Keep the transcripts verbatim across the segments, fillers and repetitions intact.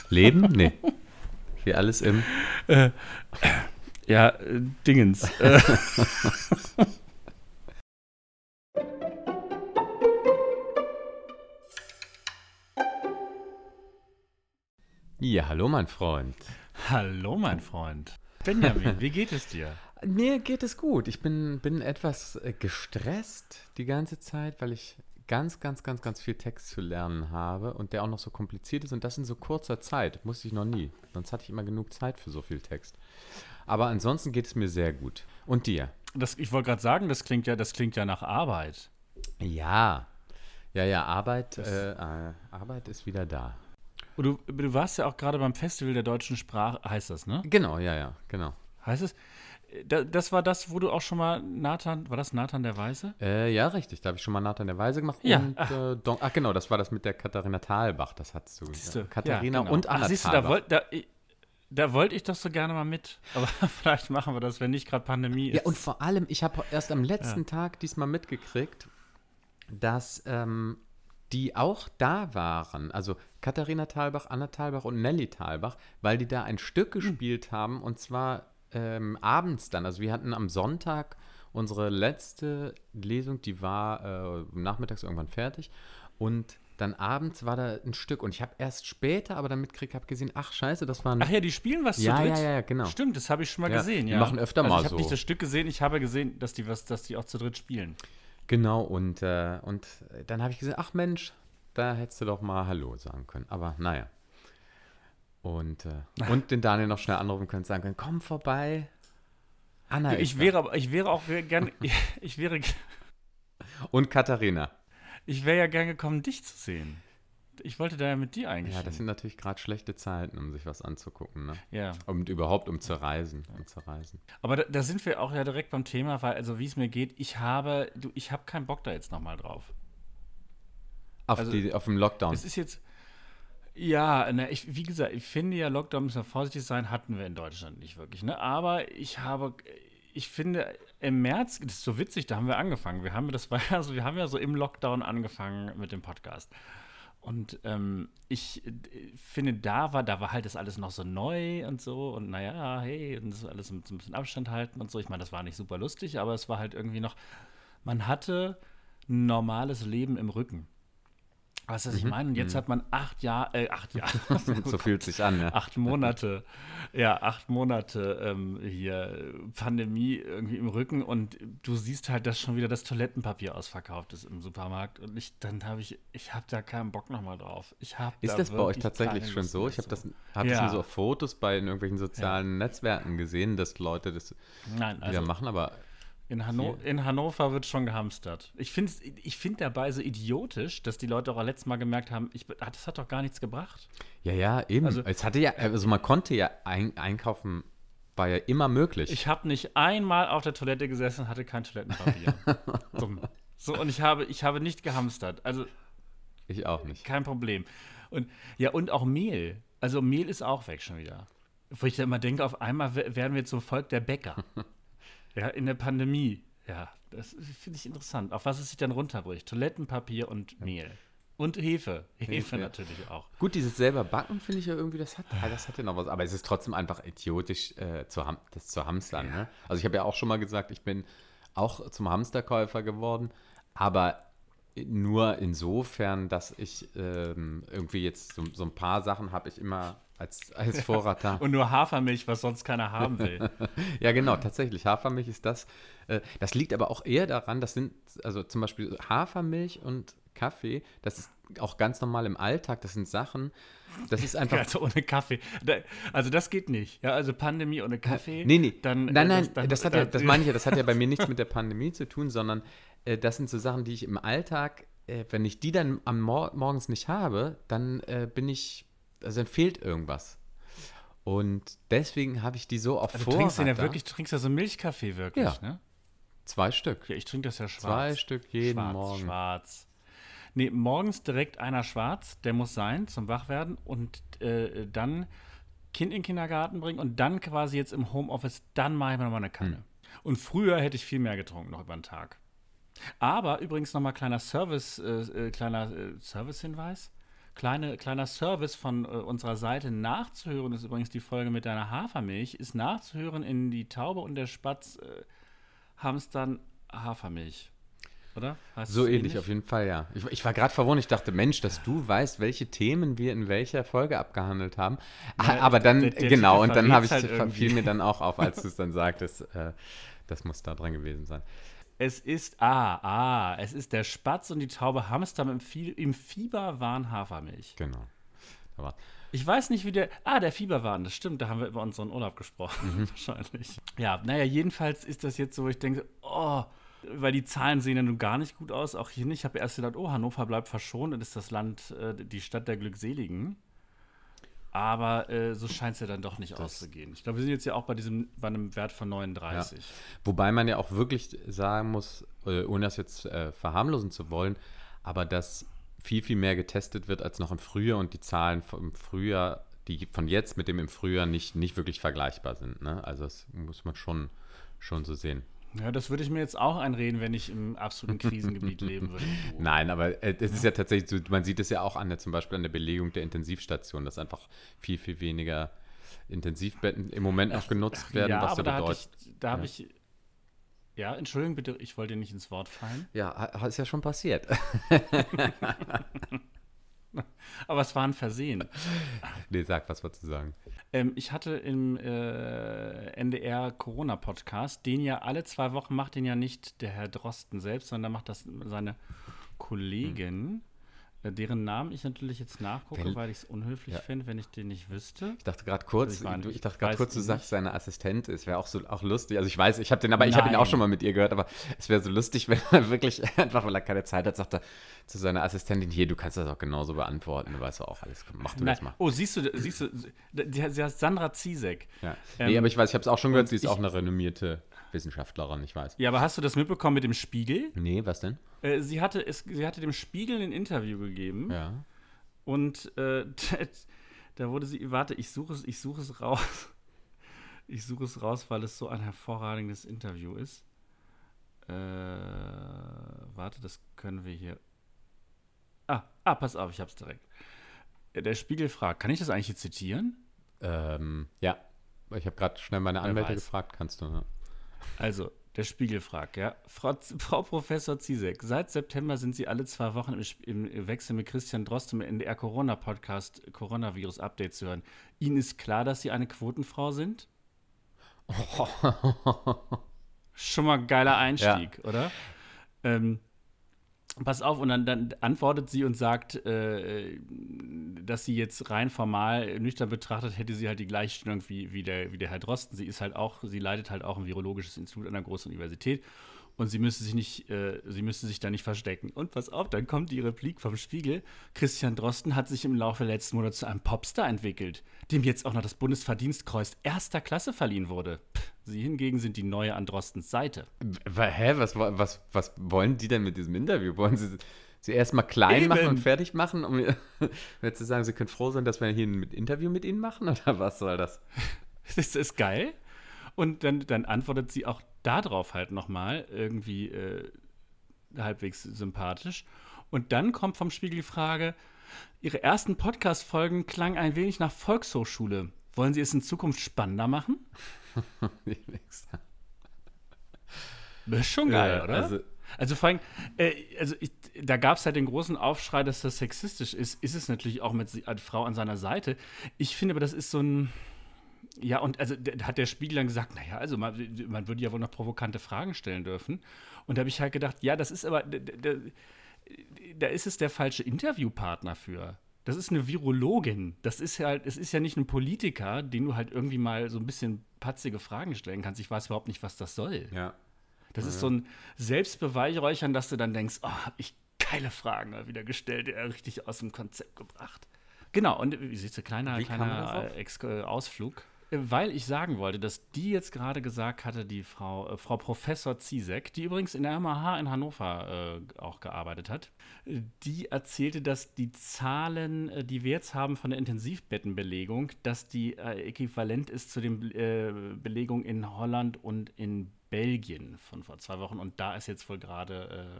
Leben? Nee. Wie alles im... Äh, ja, äh, Dingens. Äh. Ja, hallo mein Freund. Hallo mein Freund. Benjamin, wie geht es dir? Mir geht es gut. Ich bin, bin etwas äh, gestresst die ganze Zeit, weil ich ganz, ganz, ganz, ganz viel Text zu lernen habe und der auch noch so kompliziert ist und das in so kurzer Zeit. Musste ich noch nie. Sonst hatte ich immer genug Zeit für so viel Text. Aber ansonsten geht es mir sehr gut. Und dir? Das, ich wollte gerade sagen, das klingt ja, das klingt ja nach Arbeit. Ja. Ja, ja, Arbeit, äh, äh, Arbeit ist wieder da. Und du, du warst ja auch gerade beim Festival der deutschen Sprache, heißt das, ne? Genau, ja, ja, genau. Heißt es? Da, das war das, wo du auch schon mal Nathan, war das Nathan der Weise? Äh, ja, richtig. Da habe ich schon mal Nathan der Weise gemacht. Ja. Und, Ach. Äh, Don, ach genau, das war das mit der Katharina Thalbach. Das hattest du. Siehste, Katharina ja, genau. und Anna Ach, siehst du, Thalbach. da wollte da, da wollt ich doch so gerne mal mit. Aber vielleicht machen wir das, wenn nicht gerade Pandemie ist. Ja, und vor allem, ich habe erst am letzten ja. Tag diesmal mitgekriegt, dass ähm, die auch da waren. Also Katharina Thalbach, Anna Thalbach und Nelly Thalbach, weil die da ein Stück gespielt hm. haben und zwar ähm, abends dann. Also wir hatten am Sonntag unsere letzte Lesung, die war äh, nachmittags irgendwann fertig und dann abends war da ein Stück und ich habe erst später aber dann mitgekriegt, habe gesehen, ach scheiße, das war ein... Ach ja, die spielen was ja, zu dritt? Ja, ja, ja, genau. Stimmt, das habe ich schon mal ja, gesehen, ja. Die machen öfter also mal ich so. Ich habe nicht das Stück gesehen, ich habe gesehen, dass die, was, dass die auch zu dritt spielen. Genau, und, äh, und dann habe ich gesagt, ach Mensch, da hättest du doch mal Hallo sagen können. Aber naja. Und, äh, und den Daniel noch schnell anrufen können, sagen können, komm vorbei. Anna ich ist wäre, ich wäre auch gern, ich, ich wäre... Und Katharina. Ich wäre ja gern gekommen, dich zu sehen. Ich wollte da ja mit dir eigentlich. Ja, das sind natürlich gerade schlechte Zeiten, um sich was anzugucken, ne? Ja. Und überhaupt, um zu reisen. Um zu reisen. Aber da, da sind wir auch ja direkt beim Thema, weil, also wie es mir geht, ich habe, du, ich habe keinen Bock da jetzt nochmal drauf. Auf, also, die, auf den Lockdown. Es ist jetzt, ja, ne, ich, wie gesagt, ich finde ja, Lockdown, müssen wir vorsichtig sein, hatten wir in Deutschland nicht wirklich, ne? Aber ich habe, ich finde, im März, das ist so witzig, da haben wir angefangen. Wir haben, das war ja so, wir haben ja so im Lockdown angefangen mit dem Podcast. Und ähm, ich äh, finde, da war, da war halt das alles noch so neu und so und naja, hey, und das alles mit so ein bisschen Abstand halten und so. Ich meine, das war nicht super lustig, aber es war halt irgendwie noch, man hatte ein normales Leben im Rücken. Weißt du, was mhm. ich meine? Und jetzt mhm. hat man acht Jahre, äh, acht Jahre. So fühlt es sich an, ne? Acht Monate, ja, acht Monate ähm, hier Pandemie irgendwie im Rücken und du siehst halt, dass schon wieder das Toilettenpapier ausverkauft ist im Supermarkt und ich, dann habe ich, ich habe da keinen Bock nochmal drauf. Ich hab ist da das bei euch tatsächlich schon so? Ich habe das, hab ja. das nur so auf Fotos bei in irgendwelchen sozialen ja. Netzwerken gesehen, dass Leute das Nein, also, wieder machen, aber In, Hanno- in Hannover wird schon gehamstert. Ich finde ich find dabei so idiotisch, dass die Leute auch letztes Mal gemerkt haben, ich, das hat doch gar nichts gebracht. Ja, ja, eben. Also, es hatte ja, also man konnte ja ein, einkaufen, war ja immer möglich. Ich habe nicht einmal auf der Toilette gesessen und hatte kein Toilettenpapier. so, so, und ich habe, ich habe nicht gehamstert. Also ich auch nicht. Kein Problem. Und ja, und auch Mehl. Also Mehl ist auch weg schon wieder. Wo ich dann immer denke, auf einmal werden wir zum Volk der Bäcker. Ja, in der Pandemie. Ja, das finde ich interessant. Auf was es sich dann runterbricht. Toilettenpapier und Mehl. Und Hefe. Hefe, Hefe natürlich auch. Gut, dieses selber Backen finde ich ja irgendwie, das hat, das hat ja noch was. Aber es ist trotzdem einfach idiotisch, äh, zu ham- das zu hamstern. Ja. Ne? Also ich habe ja auch schon mal gesagt, ich bin auch zum Hamsterkäufer geworden. Aber nur insofern, dass ich ähm, irgendwie jetzt so, so ein paar Sachen habe ich immer als, als Vorrat da. Und nur Hafermilch, was sonst keiner haben will. Ja, genau, tatsächlich. Hafermilch ist das. Äh, das liegt aber auch eher daran, das sind, also zum Beispiel Hafermilch und Kaffee, das ist auch ganz normal im Alltag, das sind Sachen, das ist einfach... Also ohne Kaffee. Also das geht nicht. Ja, also Pandemie ohne Kaffee. Nee, nee. Dann, nein, nein, das, dann, das, hat ja, das meine ich ja, das hat ja bei mir nichts mit der Pandemie zu tun, sondern äh, das sind so Sachen, die ich im Alltag, äh, wenn ich die dann am Mor- morgens nicht habe, dann äh, bin ich, also dann fehlt irgendwas. Und deswegen habe ich die so auf also Vorrat. Du trinkst den ja da. wirklich, du trinkst ja so Milchkaffee wirklich, ja. ne? Zwei Stück. Ja, ich trinke das ja schwarz. Zwei Stück jeden schwarz, Morgen. Schwarz. Nee, morgens direkt einer schwarz, der muss sein zum Wachwerden und äh, dann Kind in den Kindergarten bringen und dann quasi jetzt im Homeoffice, dann mache ich mir nochmal eine Kanne. Hm. Und früher hätte ich viel mehr getrunken, noch über den Tag. Aber übrigens nochmal kleiner Service, äh, kleiner äh, Service-Hinweis. Kleine, kleiner Service von äh, unserer Seite nachzuhören ist übrigens die Folge mit deiner Hafermilch, ist nachzuhören in die Taube und der Spatz äh, hamstern Hafermilch. Oder? Heißt So es ähnlich, auf jeden Fall, ja. Ich, ich war gerade verwundert, ich dachte, Mensch, dass du weißt, welche Themen wir in welcher Folge abgehandelt haben. Ja, Aber dann, der- der genau, Titel und dann habe ich, verrät's halt irgendwie. fiel mir dann auch auf, als du es dann sagtest, äh, das muss da dran gewesen sein. Es ist, ah, ah, es ist der Spatz und die Taube hamstern im, Fie im Fieberwahn Hafermilch. Genau. Da war, Ich weiß nicht, wie der. Ah, der Fieberwahn, das stimmt, da haben wir über unseren Urlaub gesprochen, Mhm. wahrscheinlich. Ja, naja, jedenfalls ist das jetzt so, wo ich denke, oh, weil die Zahlen sehen ja nun gar nicht gut aus, auch hier nicht. Ich habe erst gedacht, oh, Hannover bleibt verschont und ist das Land, äh, die Stadt der Glückseligen. Aber äh, so scheint es ja dann doch nicht Das- auszugehen. Ich glaube, wir sind jetzt ja auch bei diesem, bei einem Wert von neununddreißig. Wobei man ja auch wirklich sagen muss, äh, ohne das jetzt äh, verharmlosen zu wollen, aber dass viel, viel mehr getestet wird als noch im Frühjahr und die Zahlen vom Frühjahr, die von jetzt mit dem im Frühjahr nicht, nicht wirklich vergleichbar sind. Ne? Also das muss man schon, schon so sehen. Ja, das würde ich mir jetzt auch einreden, wenn ich im absoluten Krisengebiet leben würde. wie du. Nein, aber äh, es ist ja tatsächlich so, man sieht es ja auch an der, zum Beispiel an der Belegung der Intensivstation, dass einfach viel, viel weniger Intensivbetten im Moment noch genutzt werden, ja, was aber ja da habe bedeutet. ich, da habe ja. ich, ja, Entschuldigung bitte, ich wollte dir nicht ins Wort fallen. Ja, ha- ist ja schon passiert. Aber es war ein Versehen. Nee, sag, was wolltest du sagen? Ähm, ich hatte im äh, N D R Corona-Podcast, den ja alle zwei Wochen macht, den ja nicht der Herr Drosten selbst, sondern macht das seine Kollegin, äh, deren Namen ich natürlich jetzt nachgucke, Wel- weil ich es unhöflich Ja. finde, wenn ich den nicht wüsste. Ich dachte gerade kurz, Also ich meine, du, ich ich dachte gerade weiß kurz, du ihn sagst, nicht. seine Assistent ist, wäre auch so auch lustig. Also ich weiß, ich habe den, aber ich habe ihn auch Nein. schon mal mit ihr gehört, aber es wäre so lustig, wenn er wirklich einfach, weil er keine Zeit hat, sagt er zu seiner Assistentin, hier, du kannst das auch genauso beantworten, du weißt auch alles, komm, mach du das Nein. mal. Oh, siehst du, siehst du, die, sie heißt Sandra Ziesek. Ja. Ähm, nee, aber ich weiß, ich habe es auch schon gehört, sie ist ich- auch eine renommierte Wissenschaftlerin, ich weiß. Ja, aber hast du das mitbekommen mit dem Spiegel? Nee, was denn? Äh, sie, hatte es, sie hatte dem Spiegel ein Interview gegeben. Ja. Und äh, da wurde sie, warte, ich suche es, ich suche es raus. Ich suche es raus, weil es so ein hervorragendes Interview ist. Äh, warte, das können wir hier. Ah, ah, pass auf, ich hab's direkt. Äh, Der Spiegel fragt, kann ich das eigentlich hier zitieren? Ähm, ja. Ich habe gerade schnell meine Wer Anwälte weiß. gefragt, kannst du, ne? Also, der Spiegel fragt, ja. Frau, Z- Frau Professor Ziesek, seit September sind Sie alle zwei Wochen im, Sp- im Wechsel mit Christian Drost im N D R Corona-Podcast Coronavirus-Update zu hören. Ihnen ist klar, dass Sie eine Quotenfrau sind? Schon mal ein geiler Einstieg, oder? Ähm, pass auf, und dann, dann antwortet sie und sagt, äh, dass sie jetzt rein formal nüchtern betrachtet, hätte sie halt die Gleichstellung wie, wie, der, wie der Herr Drosten. Sie ist halt auch, sie leitet halt auch ein virologisches Institut an einer großen Universität und sie müsste sich nicht, äh, sie müsste sich da nicht verstecken. Und pass auf, dann kommt die Replik vom Spiegel. Christian Drosten hat sich im Laufe der letzten Monate zu einem Popstar entwickelt, dem jetzt auch noch das Bundesverdienstkreuz erster Klasse verliehen wurde. Pff, sie hingegen sind die neue an Drostens Seite. W- Hä, was, was, was wollen die denn mit diesem Interview? Wollen sie sie erstmal klein Eben. machen und fertig machen, um jetzt zu sagen, sie können froh sein, dass wir hier ein Interview mit ihnen machen? Oder was soll das? Das ist geil. Und dann, dann antwortet sie auch darauf halt nochmal irgendwie äh, halbwegs sympathisch. Und dann kommt vom Spiegel die Frage, Ihre ersten Podcast-Folgen klangen ein wenig nach Volkshochschule. Wollen Sie es in Zukunft spannender machen? Das ist schon geil, Ja, oder? also- Also vor allem, äh, also ich, da gab es halt den großen Aufschrei, dass das sexistisch ist. Ist es natürlich auch mit si- als Frau an seiner Seite. Ich finde aber, das ist so ein, ja, und also da hat der Spiegel dann gesagt, naja, also man, man würde ja wohl noch provokante Fragen stellen dürfen. Und da habe ich halt gedacht, ja, das ist aber, da, da, da ist es der falsche Interviewpartner für. Das ist eine Virologin. Das ist halt, es ist ja nicht ein Politiker, den du halt irgendwie mal so ein bisschen patzige Fragen stellen kannst. Ich weiß überhaupt nicht, was das soll. Ja. Das ist so ein Selbstbeweihräuchern, dass du dann denkst, oh, hab ich geile Fragen mal wieder gestellt, äh, richtig aus dem Konzept gebracht. Genau, und äh, wie siehst du, kleiner, Wie kam man kleiner darauf? äh, Ex äh, Ausflug. Äh, Weil ich sagen wollte, dass die jetzt gerade gesagt hatte, die Frau, äh, Frau Professor Ziesek, die übrigens in der M A H in Hannover äh, auch gearbeitet hat, äh, die erzählte, dass die Zahlen, äh, die wir jetzt haben von der Intensivbettenbelegung, dass die äh, äquivalent ist zu den äh, Belegungen in Holland und in Belgien von vor zwei Wochen. Und da ist jetzt wohl gerade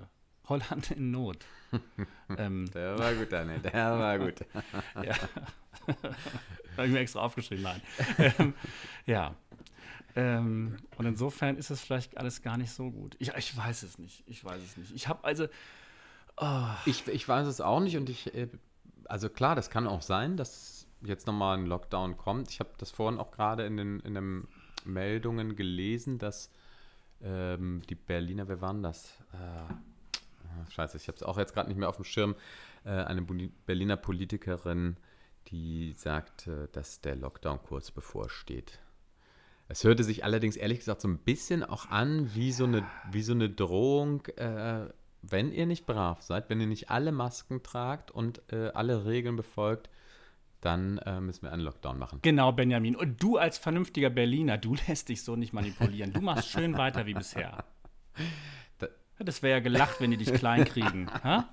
Holland in Not. ähm, Der war gut, Daniel, der war gut. ja. Habe ich mir extra aufgeschrieben, nein. ähm, ja. Ähm, und insofern ist es vielleicht alles gar nicht so gut. Ich, ich weiß es nicht. Ich weiß es nicht. Ich habe also. Oh. Ich, ich weiß es auch nicht und ich, also klar, das kann auch sein, dass jetzt nochmal ein Lockdown kommt. Ich habe das vorhin auch gerade in den, in den Meldungen gelesen, dass ähm, die Berliner, wer waren das? Äh, scheiße, ich habe es auch jetzt gerade nicht mehr auf dem Schirm. Äh, eine Berliner Politikerin, die sagte, dass der Lockdown kurz bevorsteht. Es hörte sich allerdings ehrlich gesagt so ein bisschen auch an wie so eine, wie so eine Drohung, äh, wenn ihr nicht brav seid, wenn ihr nicht alle Masken tragt und äh, alle Regeln befolgt, dann äh, müssen wir einen Lockdown machen. Genau, Benjamin. Und du als vernünftiger Berliner, du lässt dich so nicht manipulieren. Du machst schön weiter wie bisher. Da, das wäre ja gelacht, wenn die dich klein kriegen. Ha?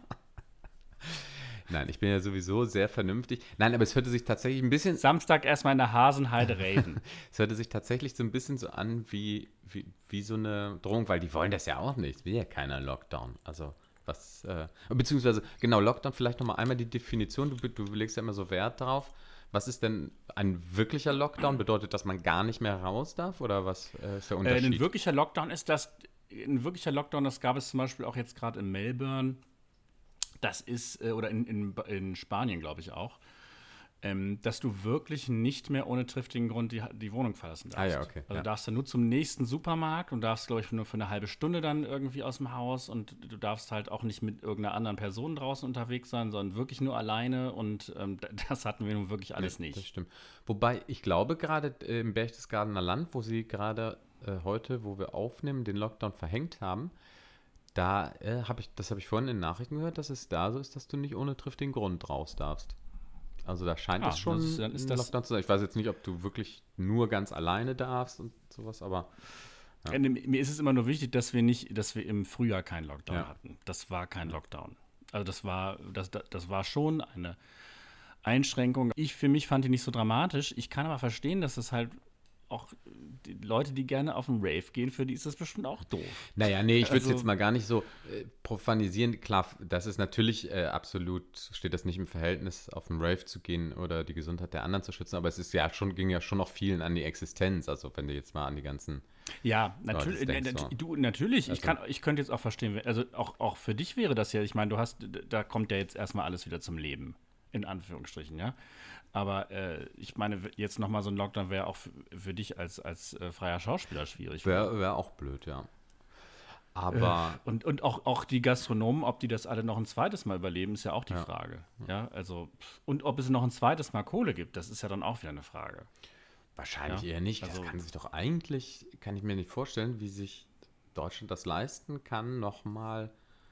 Nein, ich bin ja sowieso sehr vernünftig. Nein, aber es hörte sich tatsächlich ein bisschen... Samstag erstmal in der Hasenheide raven. Es hörte sich tatsächlich so ein bisschen so an wie, wie, wie so eine Drohung, weil die wollen das ja auch nicht. Es will ja keiner Lockdown. Also was... Äh, beziehungsweise, genau, Lockdown, vielleicht nochmal einmal die Definition. Du, du legst ja immer so Wert drauf. Was ist denn ein wirklicher Lockdown? Bedeutet, dass man gar nicht mehr raus darf? Oder was äh, ist der Unterschied? Äh, ein wirklicher Lockdown ist das... Ein wirklicher Lockdown, das gab es zum Beispiel auch jetzt gerade in Melbourne. Das ist, oder in, in, in Spanien, glaube ich auch, ähm, dass du wirklich nicht mehr ohne triftigen Grund die, die Wohnung verlassen darfst. Ah ja, okay. Also ja. du darfst dann nur zum nächsten Supermarkt und darfst, glaube ich, nur für eine halbe Stunde dann irgendwie aus dem Haus und du darfst halt auch nicht mit irgendeiner anderen Person draußen unterwegs sein, sondern wirklich nur alleine und ähm, das hatten wir nun wirklich alles nee, nicht. Das stimmt. Wobei, ich glaube gerade im Berchtesgadener Land, wo sie gerade äh, heute, wo wir aufnehmen, den Lockdown verhängt haben, Da äh, habe ich, das habe ich vorhin in den Nachrichten gehört, dass es da so ist, dass du nicht ohne triftigen Grund raus darfst. Also da scheint ah, es schon das ist, dann ist ein das Lockdown zu sein. Ich weiß jetzt nicht, ob du wirklich nur ganz alleine darfst und sowas, aber ja. äh, mir ist es immer nur wichtig, dass wir nicht, dass wir im Frühjahr keinen Lockdown ja. hatten. Das war kein Lockdown. Also das war, das, das war schon eine Einschränkung. Ich für mich fand die nicht so dramatisch. Ich kann aber verstehen, dass es halt auch die Leute, die gerne auf einen Rave gehen, für die ist das bestimmt auch doof. Naja, nee, ich würde es Also, jetzt mal gar nicht so äh, profanisieren. Klar, das ist natürlich äh, absolut, steht das nicht im Verhältnis, auf einen Rave zu gehen oder die Gesundheit der anderen zu schützen, aber es ist ja schon, ging ja schon noch vielen an die Existenz. Also wenn du jetzt mal an die ganzen ja, natürlich, Leute denkst, äh, so. du, natürlich, also, ich, kann, ich könnte jetzt auch verstehen, also auch, auch für dich wäre das ja, ich meine, du hast, da kommt ja jetzt erstmal alles wieder zum Leben, in Anführungsstrichen, ja. Aber äh, ich meine, jetzt nochmal so ein Lockdown wäre auch für, für dich als, als äh, freier Schauspieler schwierig. Wäre wär auch blöd, ja. Aber. Äh, und und auch, auch die Gastronomen, ob die das alle noch ein zweites Mal überleben, ist ja auch die ja. Frage. Ja, also, und ob es noch ein zweites Mal Kohle gibt, das ist ja dann auch wieder eine Frage. Wahrscheinlich ja? eher nicht. Also, das kann sich doch eigentlich, kann ich mir nicht vorstellen, wie sich Deutschland das leisten kann, nochmal.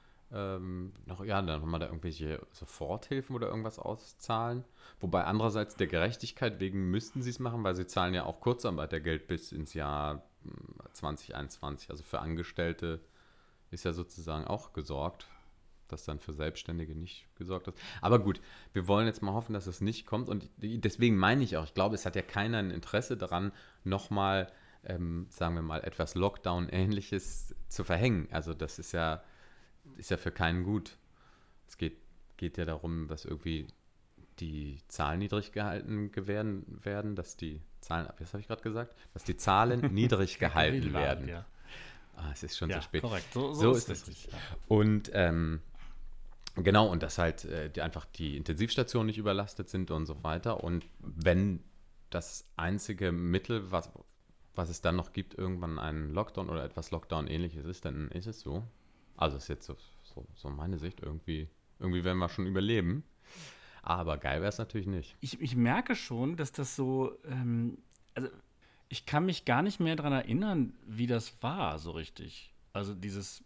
Ähm, noch, ja, dann nochmal da irgendwelche Soforthilfen oder irgendwas auszahlen. Wobei andererseits der Gerechtigkeit wegen müssten sie es machen, weil sie zahlen ja auch Kurzarbeitergeld bis ins Jahr zwanzig einundzwanzig. Also für Angestellte ist ja sozusagen auch gesorgt, dass dann für Selbstständige nicht gesorgt ist. Aber gut, wir wollen jetzt mal hoffen, dass es nicht kommt. Und deswegen meine ich auch, ich glaube, es hat ja keiner ein Interesse daran, nochmal, ähm, sagen wir mal, etwas Lockdown-ähnliches zu verhängen. Also das ist ja ist ja für keinen gut. Es geht, geht ja darum, dass irgendwie die Zahlen niedrig gehalten werden, werden dass die Zahlen, was habe ich gerade gesagt? Dass die Zahlen niedrig gehalten werden. Ja. Ah, es ist schon ja, zu spät. Korrekt, so, so, so ist es. richtig. Ja. Und ähm, genau, und dass halt äh, die, einfach die Intensivstationen nicht überlastet sind und so weiter. Und wenn das einzige Mittel, was, was es dann noch gibt, irgendwann ein Lockdown oder etwas Lockdown-ähnliches ist, dann ist es so. Also ist jetzt so, so, so meine Sicht, irgendwie, irgendwie werden wir schon überleben. Aber geil wäre es natürlich nicht. Ich, ich merke schon, dass das so, ähm, also ich kann mich gar nicht mehr daran erinnern, wie das war, so richtig. Also dieses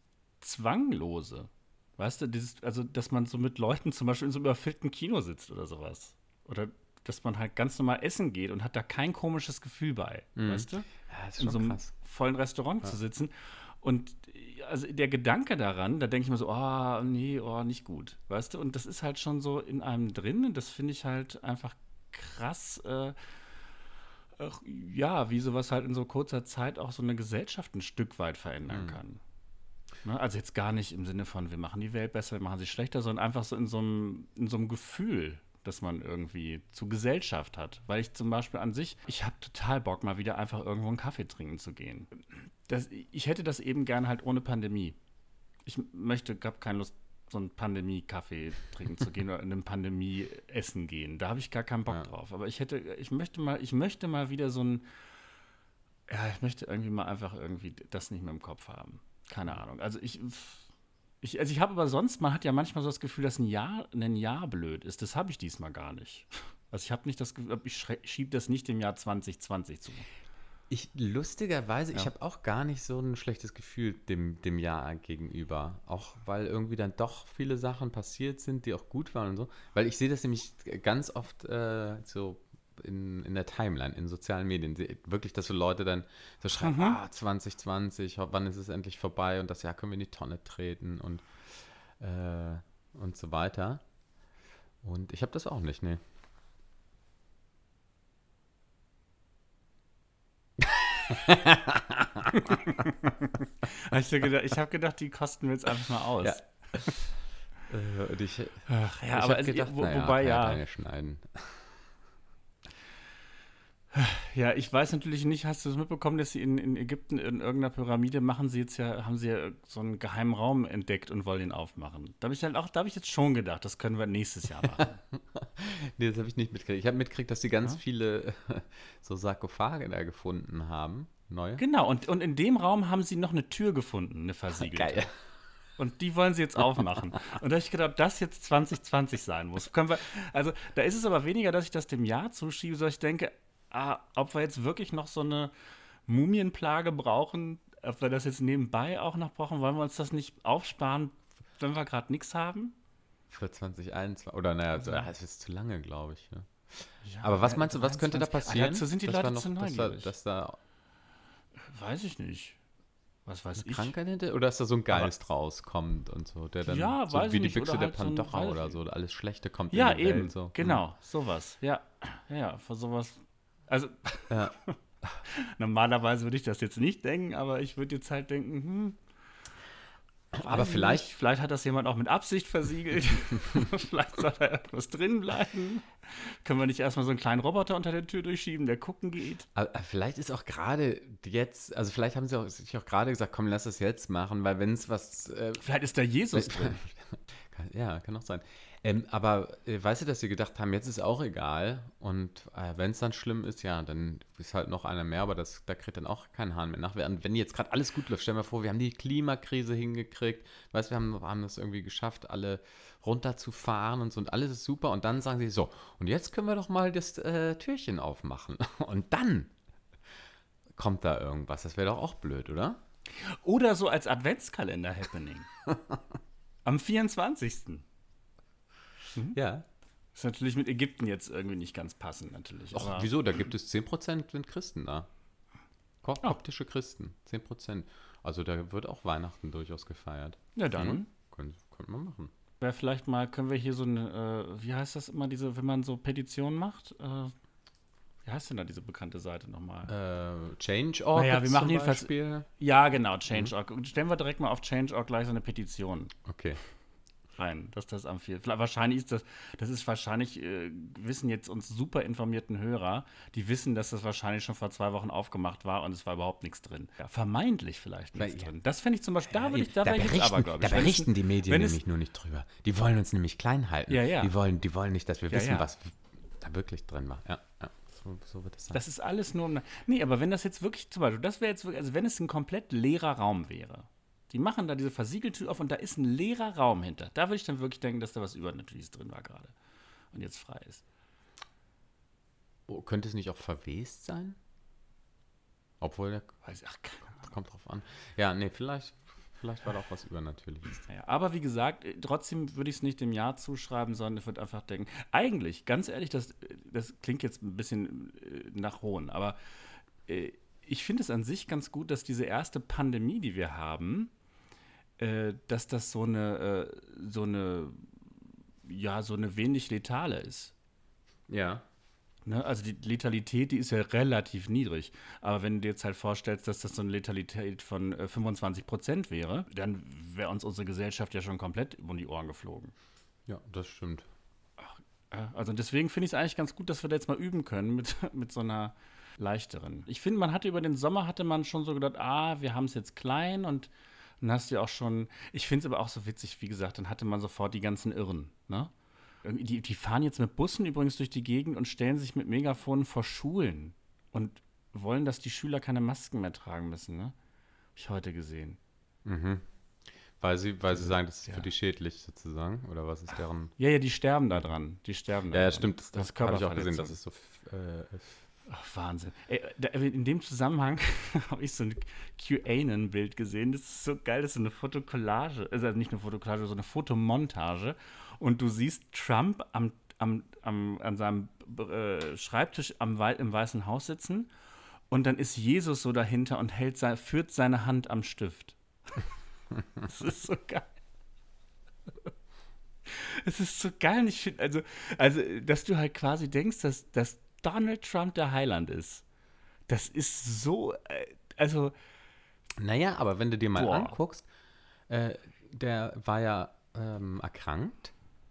Zwanglose, weißt du, dieses, also dass man so mit Leuten zum Beispiel in so einem überfüllten Kino sitzt oder sowas. Oder dass man halt ganz normal essen geht und hat da kein komisches Gefühl bei, mhm. weißt du? Ja, das ist in schon so einem krass. vollen Restaurant ja. zu sitzen. Und also der Gedanke daran, da denke ich mir so, oh, nee, oh, nicht gut, weißt du? Und das ist halt schon so in einem drin und das finde ich halt einfach krass, äh, äh, ja, wie sowas halt in so kurzer Zeit auch so eine Gesellschaft ein Stück weit verändern mhm. kann. Ne? Also jetzt gar nicht im Sinne von, wir machen die Welt besser, wir machen sie schlechter, sondern einfach so in so einem, in so einem Gefühl, dass man irgendwie zu Gesellschaft hat. Weil ich zum Beispiel an sich, ich habe total Bock, mal wieder einfach irgendwo einen Kaffee trinken zu gehen. Das, ich hätte das eben gern halt ohne Pandemie. Ich möchte, habe keine Lust, so einen Pandemie-Kaffee trinken zu gehen oder in einem Pandemie-Essen gehen. Da habe ich gar keinen Bock Ja. drauf. Aber ich hätte, ich möchte mal, ich möchte mal wieder so ein, ja, ich möchte irgendwie mal einfach irgendwie das nicht mehr im Kopf haben. Keine Ahnung. Also ich, ich also ich habe aber sonst, man hat ja manchmal so das Gefühl, dass ein Jahr, ein Jahr blöd ist. Das habe ich diesmal gar nicht. Also ich habe nicht das Gefühl, ich schiebe das nicht dem Jahr zwanzig zwanzig zu. Ich, lustigerweise, Ja. ich habe auch gar nicht so ein schlechtes Gefühl dem, dem Jahr gegenüber. Auch weil irgendwie dann doch viele Sachen passiert sind, die auch gut waren und so. Weil ich sehe das nämlich ganz oft äh, so in, in der Timeline, in sozialen Medien. Die, wirklich, dass so Leute dann so schreiben, Mhm. ah, zwanzig zwanzig, wann ist es endlich vorbei und das Jahr können wir in die Tonne treten und, äh, und so weiter. Und ich habe das auch nicht, nee. Hab ich so gedacht, ich habe gedacht, die kosten wir jetzt einfach mal aus. Ja. Äh, und ich, Ach, ja, ich aber habe also, gedacht, wo, naja, wobei kann ja, Deine schneiden. ja, ich weiß natürlich nicht, hast du es mitbekommen, dass sie in, in Ägypten in irgendeiner Pyramide machen sie jetzt ja, haben sie ja so einen geheimen Raum entdeckt und wollen ihn aufmachen. Da habe ich halt auch, da habe ich jetzt schon gedacht, das können wir nächstes Jahr machen. Nee, das habe ich nicht mitgekriegt. Ich habe mitgekriegt, dass sie ganz Ja? viele so Sarkophage da gefunden haben. Neue. Genau, und, und in dem Raum haben sie noch eine Tür gefunden, eine versiegelte. Geil. Und die wollen sie jetzt aufmachen. Und da habe ich gedacht, ob das jetzt zwanzig zwanzig sein muss. Können wir, also da ist es aber weniger, dass ich das dem Jahr zuschiebe, sondern ich denke, ah, ob wir jetzt wirklich noch so eine Mumienplage brauchen, ob wir das jetzt nebenbei auch noch brauchen, wollen wir uns das nicht aufsparen, wenn wir gerade nichts haben? Für zwanzig einundzwanzig. Oder naja, Also- das ist zu lange, glaube ich. Ne? Ja, Aber was meinst du, was könnte da dreiundzwanzig passieren? Ah, dazu sind die Dass Leute wir noch, zu dass da, neugierig. dass da Weiß ich nicht. Was weiß eine ich? Krankheit hinter oder dass da so ein Geist rauskommt und so, der dann Ja, so weiß wie ich die nicht, Büchse oder der halt so ein- Pandora weiß oder ich so, alles Schlechte kommt Ja, in die eben. Welt. So. Genau, sowas. Ja, ja, ja, für sowas. Also, Ja. normalerweise würde ich das jetzt nicht denken, aber ich würde jetzt halt denken, hm. Aber weiß ich vielleicht- nicht, vielleicht hat das jemand auch mit Absicht versiegelt. Vielleicht soll da irgendwas drin bleiben. Können wir nicht erstmal so einen kleinen Roboter unter der Tür durchschieben, der gucken geht? Aber aber vielleicht ist auch gerade jetzt, also vielleicht haben sie auch, sich auch gerade gesagt, komm, lass es jetzt machen, weil wenn es was äh, Vielleicht ist da Jesus drin. Kann- Ja, kann auch sein. Ähm, aber äh, weißt du, dass sie gedacht haben, jetzt ist auch egal. Und äh, wenn es dann schlimm ist, ja, dann ist halt noch einer mehr, aber das, da kriegt dann auch kein Hahn mehr nach. Während, wenn jetzt gerade alles gut läuft, stell dir mal vor, wir haben die Klimakrise hingekriegt, weißt du, wir haben, haben das irgendwie geschafft, alle runterzufahren und so und alles ist super. Und dann sagen sie so, und jetzt können wir doch mal das äh, Türchen aufmachen. Und dann kommt da irgendwas. Das wäre doch auch blöd, oder? Oder so als Adventskalender-Happening. Am vierundzwanzigsten Ja. Ist natürlich mit Ägypten jetzt irgendwie nicht ganz passend, natürlich. Ach, aber- wieso? Da gibt es zehn Prozent sind Christen da. Ko- Ah. Koptische Christen, zehn Prozent. Also da wird auch Weihnachten durchaus gefeiert. Ja, dann Mhm. Können, könnte man machen. wäre vielleicht mal, können wir hier so eine, äh, wie heißt das immer, diese, wenn man so Petitionen macht? Äh, wie heißt denn da diese bekannte Seite nochmal? Äh, Change Org Naja, wir gibt's machen zum jedenfalls- Beispiel. Ja, genau, Change Org. Stellen wir direkt mal auf Change Org gleich so eine Petition Okay. rein, dass das am vier. Wahrscheinlich ist das, das ist wahrscheinlich, äh, wissen jetzt uns super informierten Hörer, die wissen, dass das wahrscheinlich schon vor zwei Wochen aufgemacht war und es war überhaupt nichts drin. Ja, vermeintlich vielleicht nichts Weil- drin. Das fände ich zum Beispiel, da würde ich, da da wäre ich jetzt berichten, aber, glaube ich. da wenn es- berichten die Medien wenn es- nämlich nur nicht drüber. Die wollen uns nämlich klein halten. Ja, ja. Die wollen, die wollen nicht, dass wir Ja, wissen, ja. was da wirklich drin war. Ja, ja. So, so wird es sein. Das ist alles nur um. Nee, aber wenn das jetzt wirklich, zum Beispiel, das wäre jetzt wirklich, also wenn es ein komplett leerer Raum wäre, die machen da diese Versiegeltür auf und da ist ein leerer Raum hinter. Da würde ich dann wirklich denken, dass da was Übernatürliches drin war gerade. Und jetzt frei ist. Oh, könnte es nicht auch verwest sein? Obwohl, der Weiß ich, ach, keine Ahnung. kommt drauf an. Ja, nee, vielleicht, vielleicht war da auch was Übernatürliches. Naja, aber wie gesagt, äh, trotzdem würde ich es nicht dem Jahr zuschreiben, sondern ich würde einfach denken, eigentlich, ganz ehrlich, das, das klingt jetzt ein bisschen äh, nach Hohn, aber äh, ich finde es an sich ganz gut, dass diese erste Pandemie, die wir haben, äh, dass das so eine, äh, so eine, ja, so eine wenig letale ist. Ja. Ne? Also die Letalität, die ist ja relativ niedrig. Aber wenn du dir jetzt halt vorstellst, dass das so eine Letalität von äh, fünfundzwanzig Prozent wäre, dann wäre uns unsere Gesellschaft ja schon komplett um die Ohren geflogen. Ja, das stimmt. Ja, also deswegen finde ich es eigentlich ganz gut, dass wir da jetzt mal üben können mit, mit so einer leichteren. Ich finde, man hatte über den Sommer, hatte man schon so gedacht, ah, wir haben es jetzt klein und dann hast du ja auch schon, ich finde es aber auch so witzig, wie gesagt, dann hatte man sofort die ganzen Irren, ne? Die, die fahren jetzt mit Bussen übrigens durch die Gegend und stellen sich mit Megafonen vor Schulen und wollen, dass die Schüler keine Masken mehr tragen müssen, ne? Habe ich heute gesehen. Mhm. Weil sie, weil sie sagen, das ist Ja. für die schädlich sozusagen, oder was ist deren... Ja, ja, die sterben da dran. Die sterben da Ja, ja, dran. stimmt, das, Das das habe ich auch gesehen, Körperverletzung. das ist so... Äh, f- Ach, Wahnsinn. Ey, da, in dem Zusammenhang habe ich so ein QAnon-Bild gesehen. Das ist so geil, das ist so eine Fotokollage. Also nicht eine Fotokollage, so eine Fotomontage. Und du siehst Trump am, am, am, an seinem äh, Schreibtisch am Wei im Weißen Haus sitzen. Und dann ist Jesus so dahinter und hält sein, führt seine Hand am Stift. Das ist so geil. Es ist so geil. Und ich finde, also, also, dass du halt quasi denkst, dass, dass Donald Trump der Heiland ist. Das ist so, äh, also, Naja, aber wenn du dir mal Boah. anguckst, äh, der war ja ähm, erkrankt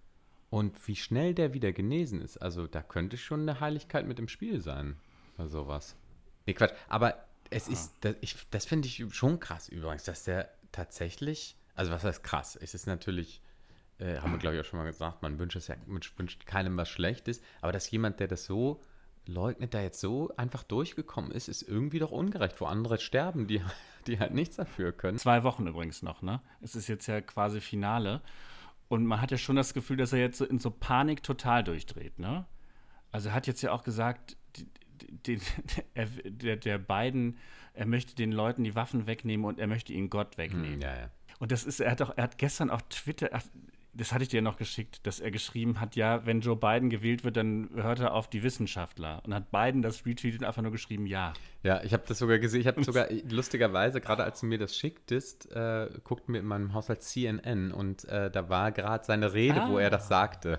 und wie schnell der wieder genesen ist, also da könnte schon eine Heiligkeit mit im Spiel sein oder sowas. Nee, Quatsch, aber es ist, das, ich, das finde ich schon krass übrigens, dass der tatsächlich, also was heißt krass, es ist natürlich, äh, haben wir glaube ich auch schon mal gesagt, man wünscht es ja, man wünscht keinem was Schlechtes, aber dass jemand, der das so leugnet, da jetzt so einfach durchgekommen ist, ist irgendwie doch ungerecht, wo andere sterben, die, die halt nichts dafür können. zwei Wochen übrigens noch, ne? Es ist jetzt ja quasi Finale. Und man hat ja schon das Gefühl, dass er jetzt so in so Panik total durchdreht, ne? Also er hat jetzt ja auch gesagt, die, die, der, der, der Biden, er möchte den Leuten die Waffen wegnehmen und er möchte ihnen Gott wegnehmen. Hm, ja, ja. Und das ist, er hat auch, er hat gestern auf Twitter, ach, das hatte ich dir noch geschickt, dass er geschrieben hat, ja, wenn Joe Biden gewählt wird, dann hört er auf die Wissenschaftler. Und hat Biden das retweetet und einfach nur geschrieben, ja. Ja, ich habe das sogar gesehen. Ich habe sogar, lustigerweise, gerade als du mir das schicktest, äh, guckten wir in meinem Haushalt C N N und äh, da war gerade seine Rede, Ah. wo er das sagte.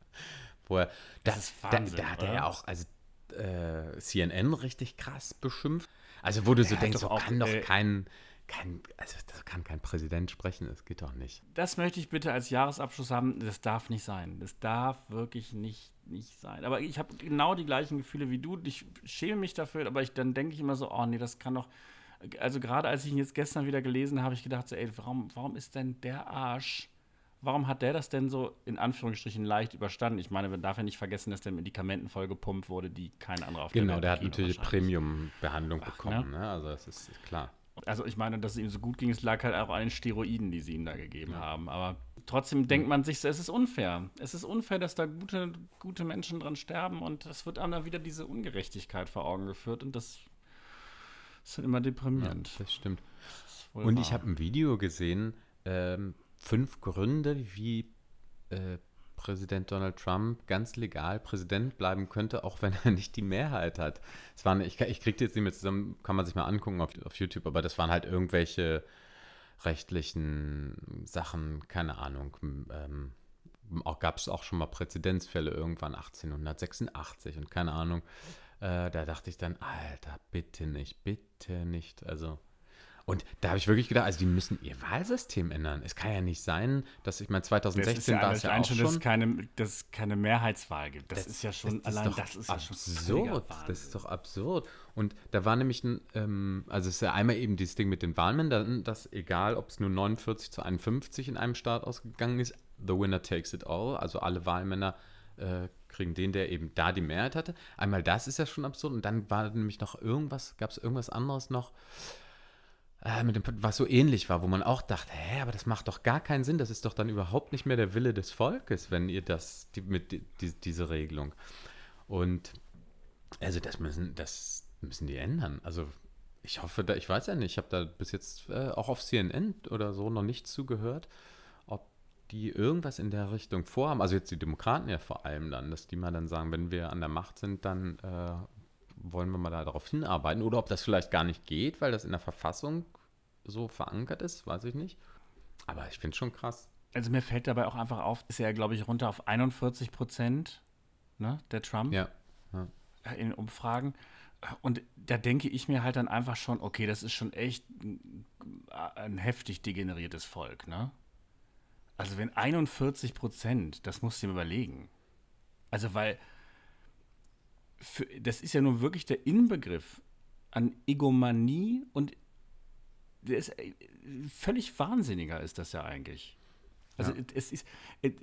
Wo er, da, Das ist Wahnsinn, da, da hat er oder? ja auch, also äh, C N N richtig krass beschimpft. Also wo du so hat denkst, doch so auch, kann doch äh, kein, kein, also das kann kein Präsident sprechen, das geht doch nicht. Das möchte ich bitte als Jahresabschluss haben. Das darf nicht sein. Das darf wirklich nicht, nicht sein. Aber ich habe genau die gleichen Gefühle wie du. Ich schäme mich dafür, aber ich, dann denke ich immer so, oh nee, das kann doch. Also gerade als ich ihn jetzt gestern wieder gelesen habe, habe ich gedacht, so, ey, warum, warum ist denn der Arsch, warum hat der das denn so in Anführungsstrichen leicht überstanden? Ich meine, man darf ja nicht vergessen, dass der mit Medikamenten vollgepumpt wurde, die kein anderer auf Genau, der Welt der hat kriegt, natürlich wahrscheinlich. Premium-Behandlung Ach, bekommen, ne? Also das ist klar. Also ich meine, dass es ihm so gut ging, es lag halt auch an den Steroiden, die sie ihm da gegeben haben. Aber trotzdem denkt man sich, so, es ist unfair. Es ist unfair, dass da gute, gute Menschen dran sterben und es wird einem dann wieder diese Ungerechtigkeit vor Augen geführt und das ist dann immer Ja, deprimierend. das stimmt. Das ist wohl Und wahr. ich habe ein Video gesehen, ähm, fünf Gründe, wie äh, Präsident Donald Trump ganz legal Präsident bleiben könnte, auch wenn er nicht die Mehrheit hat. Es waren, ich, ich kriege die jetzt nicht mehr zusammen, kann man sich mal angucken auf, auf YouTube, aber das waren halt irgendwelche rechtlichen Sachen, keine Ahnung. Ähm, auch, gab es auch schon mal Präzedenzfälle irgendwann achtzehnhundertsechsundachtzig und keine Ahnung. Äh, da dachte ich dann, Alter, bitte nicht, bitte nicht. Also, und da habe ich wirklich gedacht, also die müssen ihr Wahlsystem ändern. Es kann ja nicht sein, dass, ich meine, zweitausendsechzehn war es ja allein auch schon, schon. dass es keine, dass es keine Mehrheitswahl gibt. Das, Das- ist ja schon, das ist allein doch das ist ja schon absurd. völliger Das ist Wahnsinn. doch absurd. Und da war nämlich ein, ähm, also es ist ja einmal eben dieses Ding mit den Wahlmännern, dass egal, ob es nur neunundvierzig zu einundfünfzig in einem Staat ausgegangen ist, the winner takes it all. Also alle Wahlmänner äh, kriegen den, der eben da die Mehrheit hatte. Einmal das ist ja schon absurd. Und dann war nämlich noch irgendwas, gab es irgendwas anderes noch, äh, mit dem, was so ähnlich war, wo man auch dachte, hä, aber das macht doch gar keinen Sinn. Das ist doch dann überhaupt nicht mehr der Wille des Volkes, wenn ihr das, die, mit die, die, diese Regelung. Und also das müssen, das müssen die ändern. Also ich hoffe, da, ich weiß ja nicht, ich habe da bis jetzt äh, auch auf C N N oder so noch nichts zugehört, ob die irgendwas in der Richtung vorhaben. Also jetzt die Demokraten ja vor allem dann, dass die mal dann sagen, wenn wir an der Macht sind, dann äh, wollen wir mal da darauf hinarbeiten. Oder ob das vielleicht gar nicht geht, weil das in der Verfassung so verankert ist, weiß ich nicht. Aber ich finde es schon krass. Also mir fällt dabei auch einfach auf, ist er, glaube ich, runter auf einundvierzig Prozent, ne, der Trump. Ja. ja. in Umfragen. Und da denke ich mir halt dann einfach schon, okay, das ist schon echt ein, ein heftig degeneriertes Volk, ne? Also wenn einundvierzig Prozent, das musst du dir überlegen. Also weil, für, das ist ja nun wirklich der Inbegriff an Egomanie und der ist äh, völlig wahnsinniger ist das ja eigentlich. Also Ja. es ist,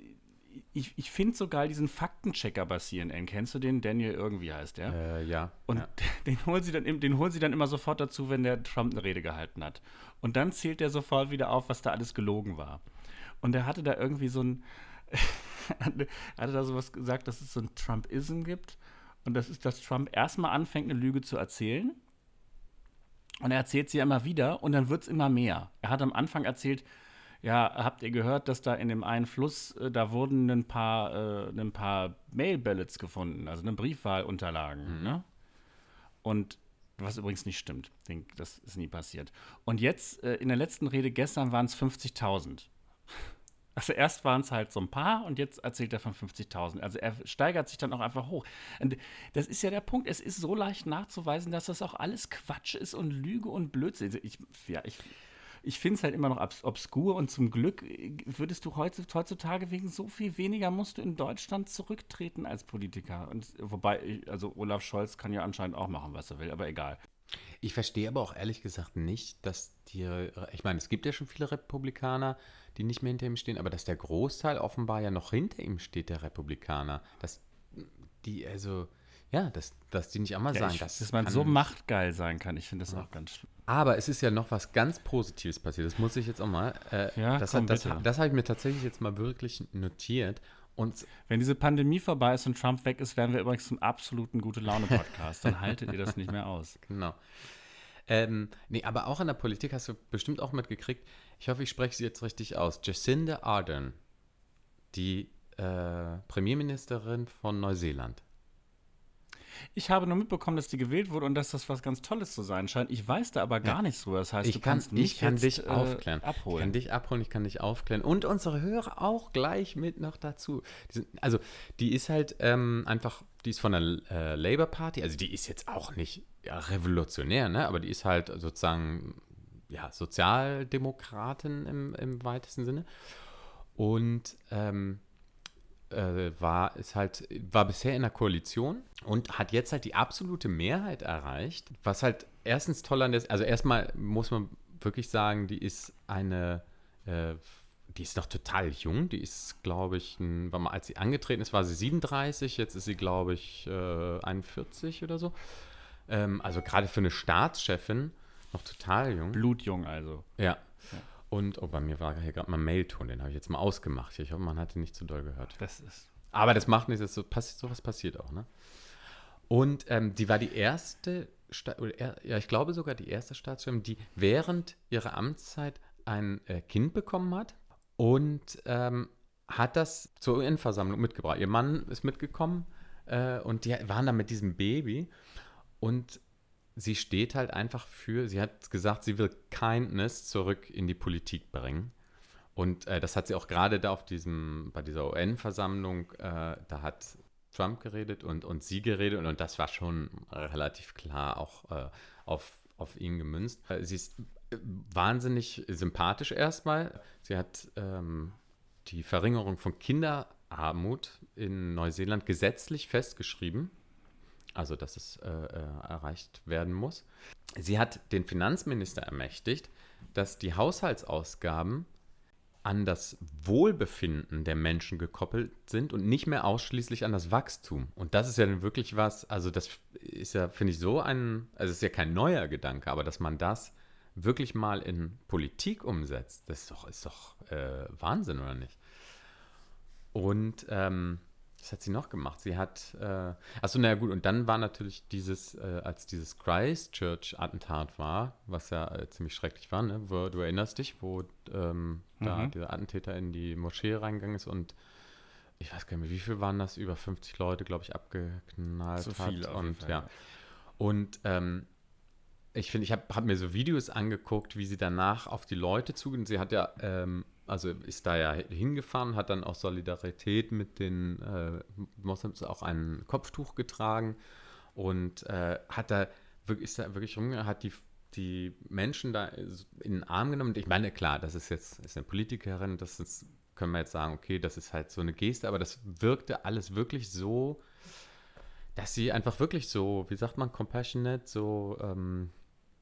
ich, ich finde so geil diesen Faktenchecker bei C N N. Kennst du den? Daniel irgendwie heißt der. Äh, ja. Und ja. den holen sie dann, im- den holen sie dann immer sofort dazu, wenn der Trump eine Rede gehalten hat. Und dann zählt der sofort wieder auf, was da alles gelogen war. Und er hatte da irgendwie so ein, hatte hatte da sowas gesagt, dass es so ein Trumpism gibt. Und das ist, dass Trump erstmal anfängt, eine Lüge zu erzählen. Und er erzählt sie ja immer wieder und dann wird es immer mehr. Er hat am Anfang erzählt, ja, habt ihr gehört, dass da in dem einen Fluss, äh, da wurden ein paar, äh, ein paar Mail-Ballots gefunden, also eine Briefwahlunterlagen, Mhm. ne? Und was übrigens nicht stimmt, denk, das ist nie passiert. Und jetzt, äh, in der letzten Rede gestern waren es fünfzigtausend. Also erst waren es halt so ein paar und jetzt erzählt er von fünfzigtausend. Also er steigert sich dann auch einfach hoch. Und das ist ja der Punkt. Es ist so leicht nachzuweisen, dass das auch alles Quatsch ist und Lüge und Blödsinn. Ich, ja, ich, ich finde es halt immer noch obs obskur und zum Glück würdest du heutzutage wegen so viel weniger musst du in Deutschland zurücktreten als Politiker. Und wobei, also Olaf Scholz kann ja anscheinend auch machen, was er will, aber egal. Ich verstehe aber auch ehrlich gesagt nicht, dass die, ich meine, es gibt ja schon viele Republikaner, die nicht mehr hinter ihm stehen, aber dass der Großteil offenbar ja noch hinter ihm steht, der Republikaner. Dass die, also, ja, dass, dass die nicht einmal Ja, sagen, ich, das dass man kann so nicht. machtgeil sein kann, ich finde das auch ganz schlimm. Aber es ist ja noch was ganz Positives passiert, das muss ich jetzt auch mal, äh, Ja, das, komm, hat, das, bitte. das habe ich mir tatsächlich jetzt mal wirklich notiert. Und Wenn diese Pandemie vorbei ist und Trump weg ist, werden wir übrigens zum absoluten Gute-Laune-Podcast. Dann haltet ihr das nicht mehr aus. genau. Ähm, nee, aber auch in der Politik hast du bestimmt auch mitgekriegt, ich hoffe, ich spreche sie jetzt richtig aus, Jacinda Ardern, die äh, Premierministerin von Neuseeland. Ich habe nur mitbekommen, dass die gewählt wurde und dass das was ganz Tolles zu sein scheint. Ich weiß da aber gar Ja. nichts drüber. Das heißt, Ich du kann, kannst mich ich kann jetzt, dich äh, aufklären. abholen. Ich kann dich abholen, ich kann dich aufklären. Und unsere Hörer auch gleich mit noch dazu. Die sind, also, die ist halt ähm, einfach, die ist von der äh, Labour Party, also die ist jetzt auch nicht ja, revolutionär, ne? Aber die ist halt sozusagen ja, Sozialdemokratin im, im weitesten Sinne. Und ähm, äh, war, ist halt, war bisher in der Koalition und hat jetzt halt die absolute Mehrheit erreicht. Was halt erstens toll an der, also erstmal muss man wirklich sagen, die ist eine, äh, die ist noch total jung. Die ist, glaube ich, ein, war mal, als sie angetreten ist, war sie siebenunddreißig, jetzt ist sie, glaube ich, äh, einundvierzig oder so. Ähm, also gerade für eine Staatschefin noch total jung. Blutjung also. Ja. Und, oh, bei mir war hier gerade mal Mailton, den habe ich jetzt mal ausgemacht. Ich hoffe, man hat ihn nicht zu doll gehört. Das ist. Aber das macht nichts, so, passiert, sowas passiert auch, ne? Und ähm, die war die erste, Sta oder er, ja, ich glaube sogar die erste Staatschefin, die während ihrer Amtszeit ein äh, Kind bekommen hat und ähm, hat das zur U N-Versammlung mitgebracht. Ihr Mann ist mitgekommen äh, und die waren da mit diesem Baby und sie steht halt einfach für, sie hat gesagt, sie will Kindness zurück in die Politik bringen. Und äh, das hat sie auch gerade da auf diesem, bei dieser U N-Versammlung, äh, da hat Trump geredet und, und sie geredet und, und das war schon relativ klar auch äh, auf, auf ihn gemünzt. Äh, sie ist äh, wahnsinnig sympathisch erstmal. Sie hat ähm, die Verringerung von Kinderarmut in Neuseeland gesetzlich festgeschrieben. Also, dass es äh, erreicht werden muss. Sie hat den Finanzminister ermächtigt, dass die Haushaltsausgaben an das Wohlbefinden der Menschen gekoppelt sind und nicht mehr ausschließlich an das Wachstum. Und das ist ja dann wirklich was, also das ist ja, finde ich, so ein, also es ist ja kein neuer Gedanke, aber dass man das wirklich mal in Politik umsetzt, das ist doch, ist doch äh, Wahnsinn, oder nicht? Und ähm, was hat sie noch gemacht? Sie hat, äh, achso, naja gut, und dann war natürlich dieses, äh, als dieses Christchurch-Attentat war, was ja äh, ziemlich schrecklich war, ne? Wo, du erinnerst dich, wo ähm, mhm. da dieser Attentäter in die Moschee reingegangen ist und ich weiß gar nicht mehr, wie viel waren das? Über fünfzig Leute, glaube ich, abgeknallt so hat. Viel auf und Fall. ja. Und ähm, ich finde, ich habe hab mir so Videos angeguckt, wie sie danach auf die Leute zugeht. Sie hat ja, ähm, also ist da ja hingefahren, hat dann aus Solidarität mit den äh, Moslems auch ein Kopftuch getragen und äh, hat da wirklich, ist da wirklich rumgegangen, hat die, die Menschen da in den Arm genommen. Und ich meine, klar, das ist jetzt ist eine Politikerin, das ist, können wir jetzt sagen, okay, das ist halt so eine Geste, aber das wirkte alles wirklich so, dass sie einfach wirklich so, wie sagt man, compassionate, so, ähm,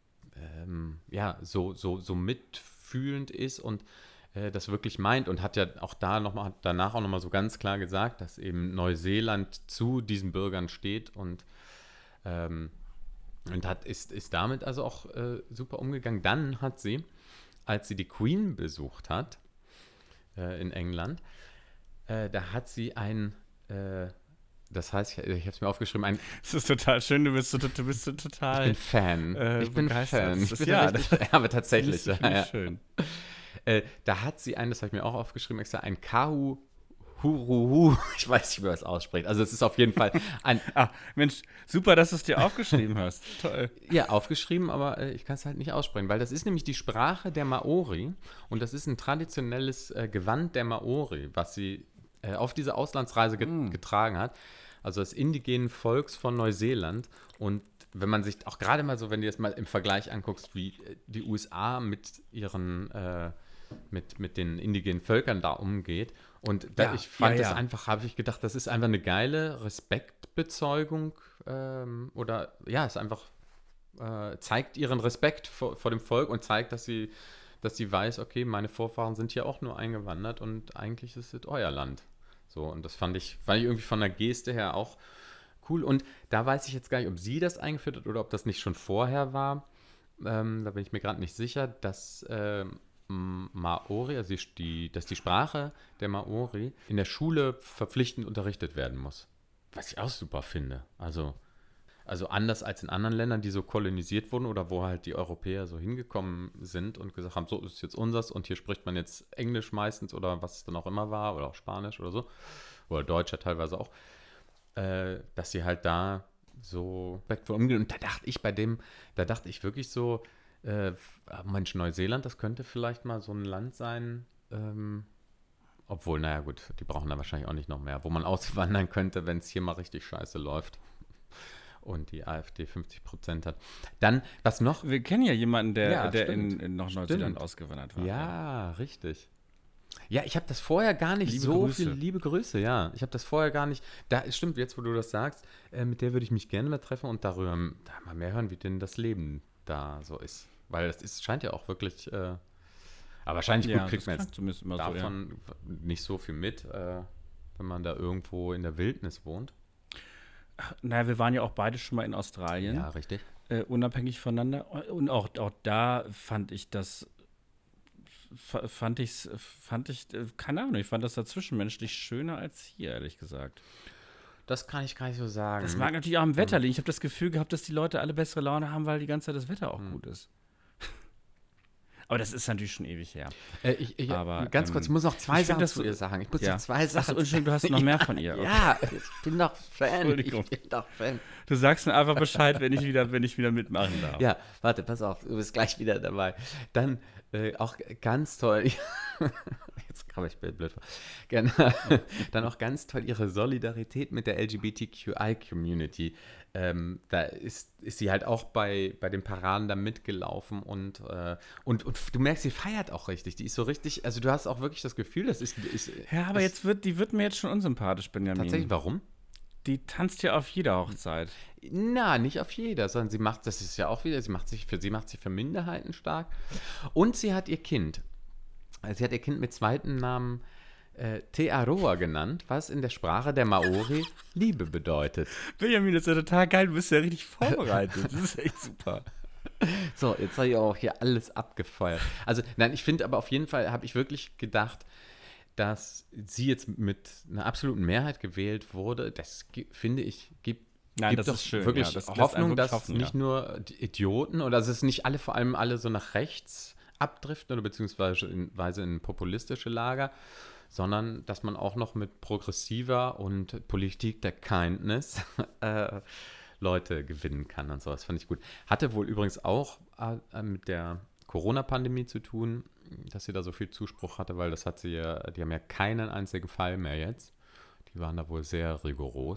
ähm, ja, so, so, so mitfühlend ist und äh, das wirklich meint und hat ja auch da noch mal, danach auch nochmal so ganz klar gesagt, dass eben Neuseeland zu diesen Bürgern steht und, ähm, und hat, ist, ist damit also auch äh, super umgegangen. Dann hat sie, als sie die Queen besucht hat äh, in England, äh, da hat sie ein äh, das heißt, ich, ich habe es mir aufgeschrieben, ein. Das ist total schön, du bist so, du bist so total. Ich bin Fan. Äh, ich bin Fan. Ich bin ja, richtig, das, aber tatsächlich. Das ja, ja. schön. Äh, da hat sie ein, das habe ich mir auch aufgeschrieben, extra ein Kahu Huruhu. Ich weiß nicht, wie man es ausspricht. Also es ist auf jeden Fall ein. Ah, Mensch, super, dass du es dir aufgeschrieben hast. Toll. Ja, aufgeschrieben, aber äh, ich kann es halt nicht aussprechen, weil das ist nämlich die Sprache der Maori und das ist ein traditionelles äh, Gewand der Maori, was sie äh, auf diese Auslandsreise get- mm. getragen hat. Also des indigenen Volks von Neuseeland. Und wenn man sich auch gerade mal so, wenn du das mal im Vergleich anguckst, wie die U S A mit ihren, äh, mit, mit den indigenen Völkern da umgeht. Und da, ja, ich fand ja, das ja. einfach, habe ich gedacht, das ist einfach eine geile Respektbezeugung ähm, oder ja, es einfach äh, zeigt ihren Respekt vor, vor dem Volk und zeigt, dass sie, dass sie weiß, okay, meine Vorfahren sind hier auch nur eingewandert und eigentlich ist es euer Land. So, und das fand ich, fand ich irgendwie von der Geste her auch cool. Und da weiß ich jetzt gar nicht, ob sie das eingeführt hat oder ob das nicht schon vorher war. Ähm, da bin ich mir gerade nicht sicher, dass äh, Maori, also die, die, dass die Sprache der Maori in der Schule verpflichtend unterrichtet werden muss. Was ich auch super finde. Also, also anders als in anderen Ländern, die so kolonisiert wurden oder wo halt die Europäer so hingekommen sind und gesagt haben, so ist jetzt unseres und hier spricht man jetzt Englisch meistens oder was es dann auch immer war oder auch Spanisch oder so. Oder Deutsch ja teilweise auch. Äh, dass sie halt da so respektvoll umgehen. Und da dachte ich bei dem, da dachte ich wirklich so, äh, Mensch, Neuseeland, das könnte vielleicht mal so ein Land sein, ähm, obwohl, naja gut, die brauchen da wahrscheinlich auch nicht noch mehr, wo man auswandern könnte, wenn es hier mal richtig scheiße läuft und die AfD fünfzig Prozent hat. Dann, was noch? Wir kennen ja jemanden, der, ja, der in, in noch Neuseeland stimmt. ausgewandert war. Ja, ja. richtig. Ja, ich habe das vorher gar nicht liebe so Grüße. viel, liebe Grüße, ja. Ich habe das vorher gar nicht, da stimmt, jetzt wo du das sagst, äh, mit der würde ich mich gerne mal treffen und darüber da mal mehr hören, wie denn das Leben da so ist. Weil das ist, scheint ja auch wirklich, äh, aber wahrscheinlich ja, gut kriegt man jetzt immer davon so, ja. nicht so viel mit, äh, wenn man da irgendwo in der Wildnis wohnt. Naja, wir waren ja auch beide schon mal in Australien. Ja, richtig. Äh, unabhängig voneinander. Und auch, auch da fand ich das, fand ich, fand ich, keine Ahnung, ich fand das da zwischenmenschlich schöner als hier, ehrlich gesagt. Das kann ich gar nicht so sagen. Das mag natürlich auch am Wetter liegen. Ich habe das Gefühl gehabt, dass die Leute alle bessere Laune haben, weil die ganze Zeit das Wetter auch hm. gut ist. Aber das ist natürlich schon ewig her. Äh, ich, ich, Aber, ganz ähm, kurz, ich muss noch zwei ich Sachen find, zu ihr sagen. Ich muss ja. noch zwei Sachen Ach, und du hast noch mehr von ihr. Okay. Ja, ich bin doch Fan. Entschuldigung. Ich bin doch Fan. Du sagst mir einfach Bescheid, wenn ich wieder, wenn ich wieder mitmachen darf. Ja, warte, pass auf, du bist gleich wieder dabei. Dann äh, auch ganz toll. Jetzt komme ich blöd vor. Dann auch ganz toll ihre Solidarität mit der L G B T Q I-Community. Ähm, da ist, ist sie halt auch bei, bei den Paraden da mitgelaufen und, äh, und, und du merkst, sie feiert auch richtig. Die ist so richtig, also du hast auch wirklich das Gefühl, das ist. ist ja, aber ist, jetzt wird, die wird mir jetzt schon unsympathisch, Benjamin. Tatsächlich, warum? Die tanzt ja auf jeder Hochzeit. Na, nicht auf jeder, sondern sie macht, das ist ja auch wieder, sie macht sich für, sie macht sich für Minderheiten stark. Und sie hat ihr Kind, sie hat ihr Kind mit zweiten Namen äh, Te Aroa genannt, was in der Sprache der Maori Liebe bedeutet. Benjamin, das ist ja total geil, du bist ja richtig vorbereitet. Das ist echt super. So, jetzt habe ich auch hier alles abgefeuert. Also, nein, ich finde aber auf jeden Fall, habe ich wirklich gedacht, dass sie jetzt mit einer absoluten Mehrheit gewählt wurde. Das finde ich, gibt, Nein, gibt das doch ist schön, wirklich ja, das Hoffnung, wirklich dass hoffen, nicht ja. nur die Idioten oder dass es nicht alle, vor allem alle so nach rechts abdriften oder beziehungsweise in, weise in populistische Lager, sondern dass man auch noch mit progressiver und Politik der Kindness äh, Leute gewinnen kann und so. Das fand ich gut. Hatte wohl übrigens auch äh, mit der Corona-Pandemie zu tun, dass sie da so viel Zuspruch hatte, weil das hat sie ja, die haben ja keinen einzigen Fall mehr jetzt. Die waren da wohl sehr rigoros.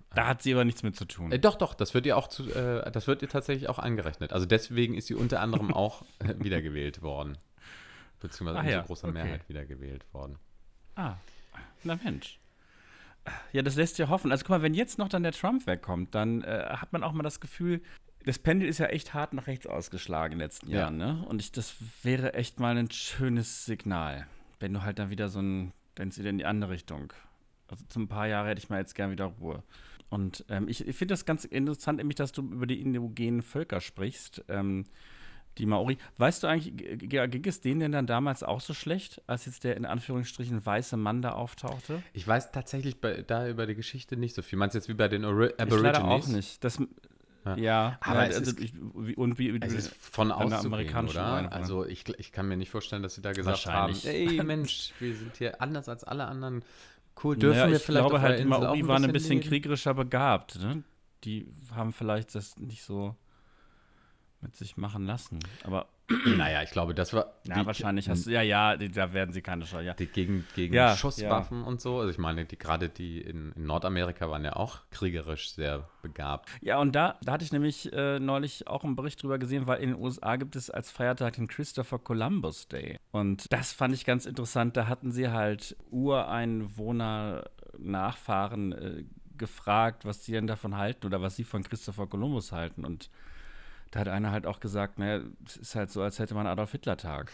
Da hat sie aber nichts mit zu tun. Äh, doch, doch, das wird ihr auch zu, äh, das wird ihr tatsächlich auch angerechnet. Also deswegen ist sie unter anderem auch äh, wiedergewählt worden. Beziehungsweise Ach in ja, so großer okay. Mehrheit wiedergewählt worden. Ah, na Mensch. Ja, das lässt ja hoffen. Also guck mal, wenn jetzt noch dann der Trump wegkommt, dann äh, hat man auch mal das Gefühl, das Pendel ist ja echt hart nach rechts ausgeschlagen in den letzten Ja. Jahren, ne? Und ich, das wäre echt mal ein schönes Signal, wenn du halt dann wieder so ein, wenn es wieder in die andere Richtung. Also zum paar Jahre hätte ich mal jetzt gern wieder Ruhe. Und ähm, ich, ich finde das ganz interessant, nämlich, dass du über die indigenen Völker sprichst. Ähm, die Maori. Weißt du eigentlich, g- g- ging es denen denn dann damals auch so schlecht, als jetzt der in Anführungsstrichen weiße Mann da auftauchte? Ich weiß tatsächlich bei, da über die Geschichte nicht so viel. Meinst du jetzt wie bei den Ori- Ich leider auch Aborigines? nicht. Das, Ja. ja, Aber ja, es also ist- ich, wie- und wie Es ist von an der auszugehen, amerikanischen oder? Reihenfolge. Also ich, ich kann mir nicht vorstellen, dass sie da gesagt haben, Wahrscheinlich. ey Mensch, wir sind hier anders als alle anderen. Cool, dürfen naja, wir ich vielleicht glaube auf halt, eurer die Insel Maori auch waren ein bisschen leben? kriegerischer begabt. Ne? Die haben vielleicht das nicht so mit sich machen lassen. Aber Naja, ich glaube, das war ja, wie- wahrscheinlich hast du, ja, ja, die, da werden sie keine Scheu, ja. die gegen, gegen Ja, Schusswaffen und so. Also ich meine, die, gerade die in, in Nordamerika waren ja auch kriegerisch sehr begabt. Ja, und da, da hatte ich nämlich äh, neulich auch einen Bericht drüber gesehen, weil in den U S A gibt es als Feiertag den Christopher Columbus Day. Und das fand ich ganz interessant. Da hatten sie halt Ureinwohner, Nachfahren äh, gefragt, was sie denn davon halten oder was sie von Christopher Columbus halten. Und da hat einer halt auch gesagt, naja, es ist halt so, als hätte man Adolf Hitler-Tag.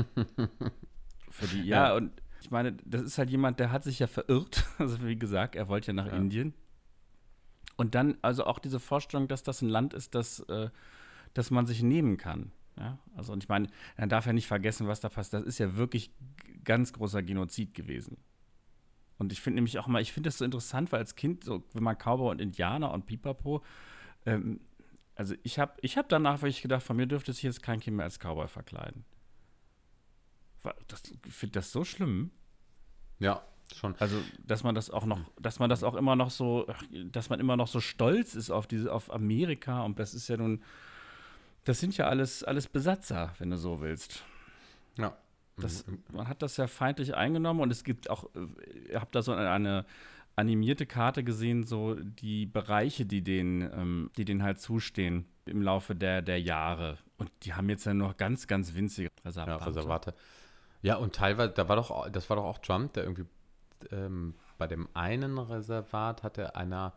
Für die, ja, Ja. und ich meine, das ist halt jemand, der hat sich ja verirrt. Also wie gesagt, er wollte ja nach Ja. Indien. Und dann also auch diese Vorstellung, dass das ein Land ist, das, äh, das man sich nehmen kann. Ja? Also und ich meine, man darf ja nicht vergessen, was da passiert. Das ist ja wirklich g- ganz großer Genozid gewesen. Und ich finde nämlich auch mal, ich finde das so interessant, weil als Kind, so, wenn man Cowboy und Indianer und Pipapo, ähm, also ich habe ich hab danach wirklich gedacht, von mir dürfte sich jetzt kein Kind mehr als Cowboy verkleiden. Wa- Das, ich finde das so schlimm. Ja, schon. Also, dass man das auch noch, dass man das auch immer noch so, dass man immer noch so stolz ist auf diese, auf Amerika und das ist ja nun, das sind ja alles, alles Besatzer, wenn du so willst. Ja. Das, man hat das ja feindlich eingenommen und es gibt auch, äh, ihr habt da so eine, eine animierte Karte gesehen, so die Bereiche, die denen, ähm, die denen halt zustehen im Laufe der, der Jahre. Und die haben jetzt ja noch ganz, ganz winzige Ja, Reservate. Reservate. Ja, und teilweise, da war doch, das war doch auch Trump, der irgendwie ähm, bei dem einen Reservat hatte einer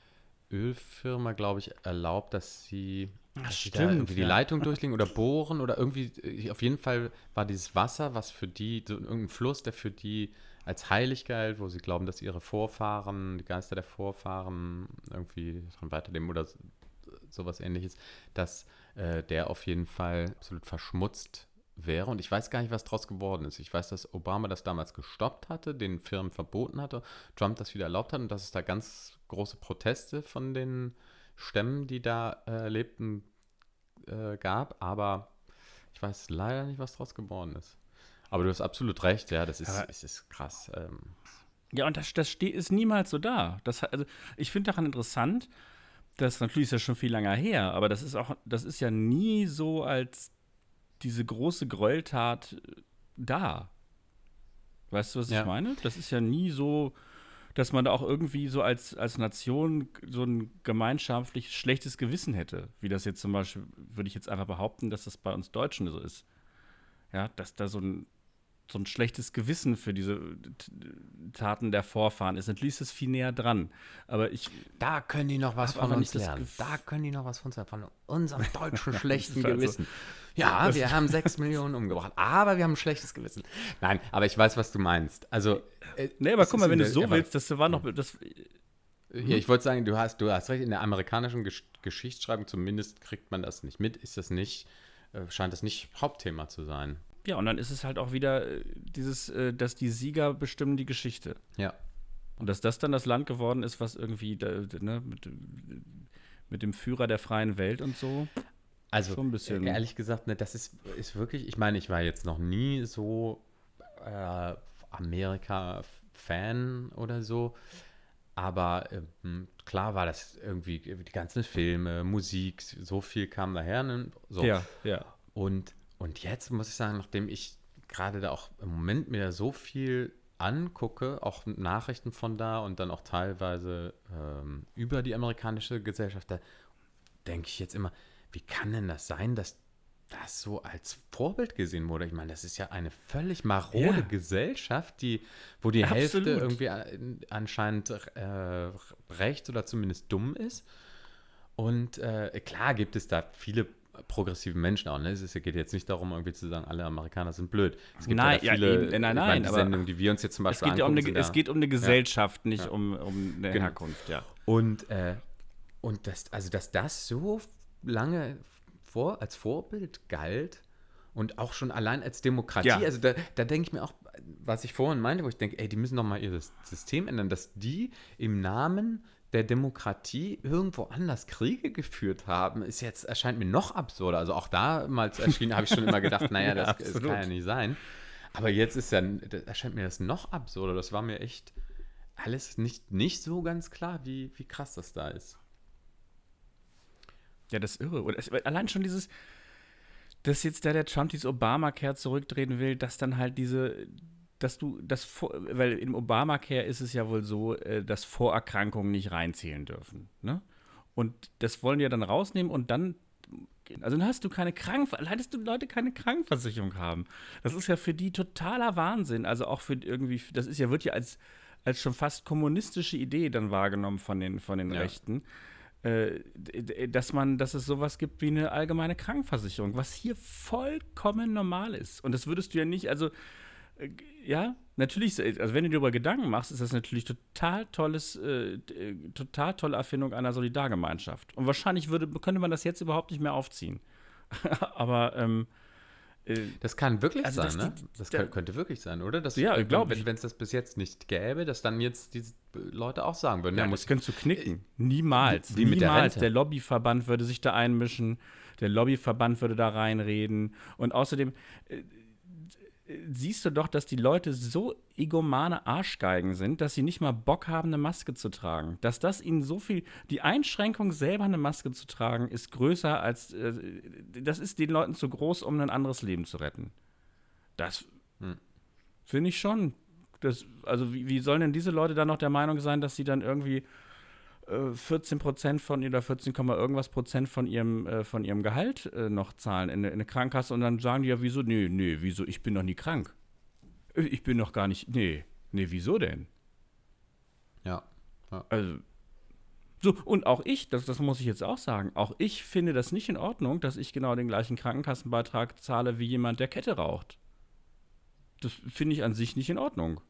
Ölfirma, glaube ich, erlaubt, dass sie, Ach, dass sie da stimmt, irgendwie die ja. Leitung durchlegen oder bohren oder irgendwie, äh, auf jeden Fall war dieses Wasser, was für die, so irgendein Fluss, der für die als heilig galt, wo sie glauben, dass ihre Vorfahren, die Geister der Vorfahren irgendwie dran weiterleben oder so- sowas ähnliches, dass äh, der auf jeden Fall absolut verschmutzt wäre. Und ich weiß gar nicht, was draus geworden ist. Ich weiß, dass Obama das damals gestoppt hatte, den Firmen verboten hatte, Trump das wieder erlaubt hat und dass es da ganz große Proteste von den Stämmen, die da äh, lebten, äh, gab. Aber ich weiß leider nicht, was draus geworden ist. Aber du hast absolut recht, ja, das ist, Aber- es ist krass. Ähm, Ja, und das, das steht, ist niemals so da. Das, hat- also, ich finde daran interessant, dass natürlich ist ja schon viel länger her, aber das ist auch, das ist ja nie so als diese große Gräueltat äh, da. Weißt du, was Ja. ich meine? Das ist ja nie so, dass man da auch irgendwie so als, als Nation so ein gemeinschaftlich schlechtes Gewissen hätte. Wie das jetzt zum Beispiel, würde ich jetzt einfach behaupten, dass das bei uns Deutschen so ist. Ja, dass da so ein, so ein schlechtes Gewissen für diese T- Taten der Vorfahren ist. Natürlich ist es viel näher dran. Aber ich, Da können die noch was Hab von aber uns nicht das lernen. Gef- Da können die noch was von uns lernen. Von unserem deutschen schlechten ist halt so. Gewissen. Ja, Das- wir haben sechs Millionen umgebracht, aber wir haben ein schlechtes Gewissen. Nein, aber ich weiß, was du meinst. Also, äh, nee, aber es guck ist mal, wenn in du der- so aber- willst, das war noch, das, Ja, ich wollte sagen, du hast, du hast recht, in der amerikanischen Gesch Geschichtsschreibung zumindest kriegt man das nicht mit, ist das nicht, äh, scheint das nicht Hauptthema zu sein. ja, und dann ist es halt auch wieder äh, dieses, äh, dass die Sieger bestimmen die Geschichte. Ja. Und dass das dann das Land geworden ist, was irgendwie, da, ne, mit, mit dem Führer der freien Welt und so. Also, Schon ein bisschen. äh, ehrlich gesagt, ne, das ist, ist wirklich, ich meine, ich war jetzt noch nie so äh, Amerika-Fan oder so, aber ähm, klar war das irgendwie, die ganzen Filme, Musik, so viel kam daher. Ne? So. Ja, ja. Und, und jetzt muss ich sagen, nachdem ich gerade da auch im Moment mir so viel angucke, auch Nachrichten von da und dann auch teilweise ähm, über die amerikanische Gesellschaft, da denke ich jetzt immer, wie kann denn das sein, dass das so als Vorbild gesehen wurde? Ich meine, das ist ja eine völlig marode Ja. Gesellschaft, die, wo die Hälfte Absolut. irgendwie äh, anscheinend äh, rechts oder zumindest dumm ist. Und äh, klar gibt es da viele progressive Menschen auch. Ne? Es ist, geht jetzt nicht darum, irgendwie zu sagen, alle Amerikaner sind blöd. Es gibt Nein, ja da ja, viele, eben, nein, ich nein, meine, die aber Sendungen, die wir uns jetzt zum Es Beispiel geht, ja um angucken, eine, sind es ja, geht um eine Gesellschaft, nicht Ja. um, um eine Genau. Herkunft, ja. Und, äh, und das, also dass das so lange vor, als Vorbild galt und auch schon allein als Demokratie, Ja. also da, da denke ich mir auch, was ich vorhin meinte, wo ich denke, ey, die müssen doch mal ihr System ändern, dass die im Namen der Demokratie irgendwo anders Kriege geführt haben, ist jetzt, erscheint mir noch absurder. Also auch damals erschienen, habe ich schon immer gedacht, naja, das, Ja, das absolut. kann ja nicht sein. Aber jetzt ist ja, das erscheint mir das noch absurder. Das war mir echt alles nicht, nicht so ganz klar, wie, wie krass das da ist. Ja, das ist irre. Und es, allein schon dieses, dass jetzt da der Trump dieses Obamacare zurückdrehen will, dass dann halt diese, dass du das, vor, weil im Obamacare ist es ja wohl so, äh, dass Vorerkrankungen nicht reinzählen dürfen. Ne? Und das wollen die ja dann rausnehmen und dann, also dann hast du keine Krankenversicherung, hättest du Leute keine Krankenversicherung haben. Das ist ja für die totaler Wahnsinn. Also auch für irgendwie, das ist ja, wird ja als, als schon fast kommunistische Idee dann wahrgenommen von den, von den Ja. Rechten. Äh, dass man, dass es sowas gibt wie eine allgemeine Krankenversicherung, was hier vollkommen normal ist. Und das würdest du ja nicht, also äh, ja, natürlich, also wenn du dir darüber Gedanken machst, ist das natürlich total tolles, äh, äh, total tolle Erfindung einer Solidargemeinschaft. Und wahrscheinlich würde, könnte man das jetzt überhaupt nicht mehr aufziehen. Aber ähm, äh, Das kann wirklich Also, sein, dass ne? die- Das da- kö- könnte wirklich sein, oder? Dass, Ja, äh, glaub wenn ich. wenn es das bis jetzt nicht gäbe, dass dann jetzt diese Leute auch sagen würden, ja, ja, das muss könntest du knicken. Niemals. wie mit der Niemals. Rente. Der Lobbyverband würde sich da einmischen. Der Lobbyverband würde da reinreden. Und außerdem äh, äh, siehst du doch, dass die Leute so egomane Arschgeigen sind, dass sie nicht mal Bock haben, eine Maske zu tragen. Dass das ihnen so viel. Die Einschränkung, selber eine Maske zu tragen, ist größer als. Äh, das ist den Leuten zu groß, um ein anderes Leben zu retten. Das Hm. finde ich schon. Das, also, wie, wie sollen denn diese Leute dann noch der Meinung sein, dass sie dann irgendwie äh, vierzehn Prozent von oder vierzehn, irgendwas Prozent von ihrem, äh, von ihrem Gehalt äh, noch zahlen in, eine- in eine Krankenkasse und dann sagen die ja, wieso? Nee, nee, wieso? Ich bin doch nie krank. Äh, Ich bin doch gar nicht. Nee, nee, wieso denn? Ja. Also. So, und auch ich, das, das muss ich jetzt auch sagen, auch ich finde das nicht in Ordnung, dass ich genau den gleichen Krankenkassenbeitrag zahle wie jemand, der Kette raucht. Das finde ich an sich nicht in Ordnung.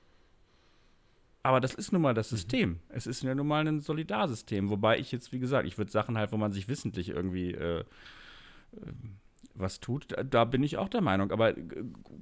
Aber das ist nun mal das System. Es ist ja nun mal ein Solidarsystem. Wobei ich jetzt, wie gesagt, ich würde Sachen halt, wo man sich wissentlich irgendwie äh, äh, was tut, da, da bin ich auch der Meinung. Aber äh,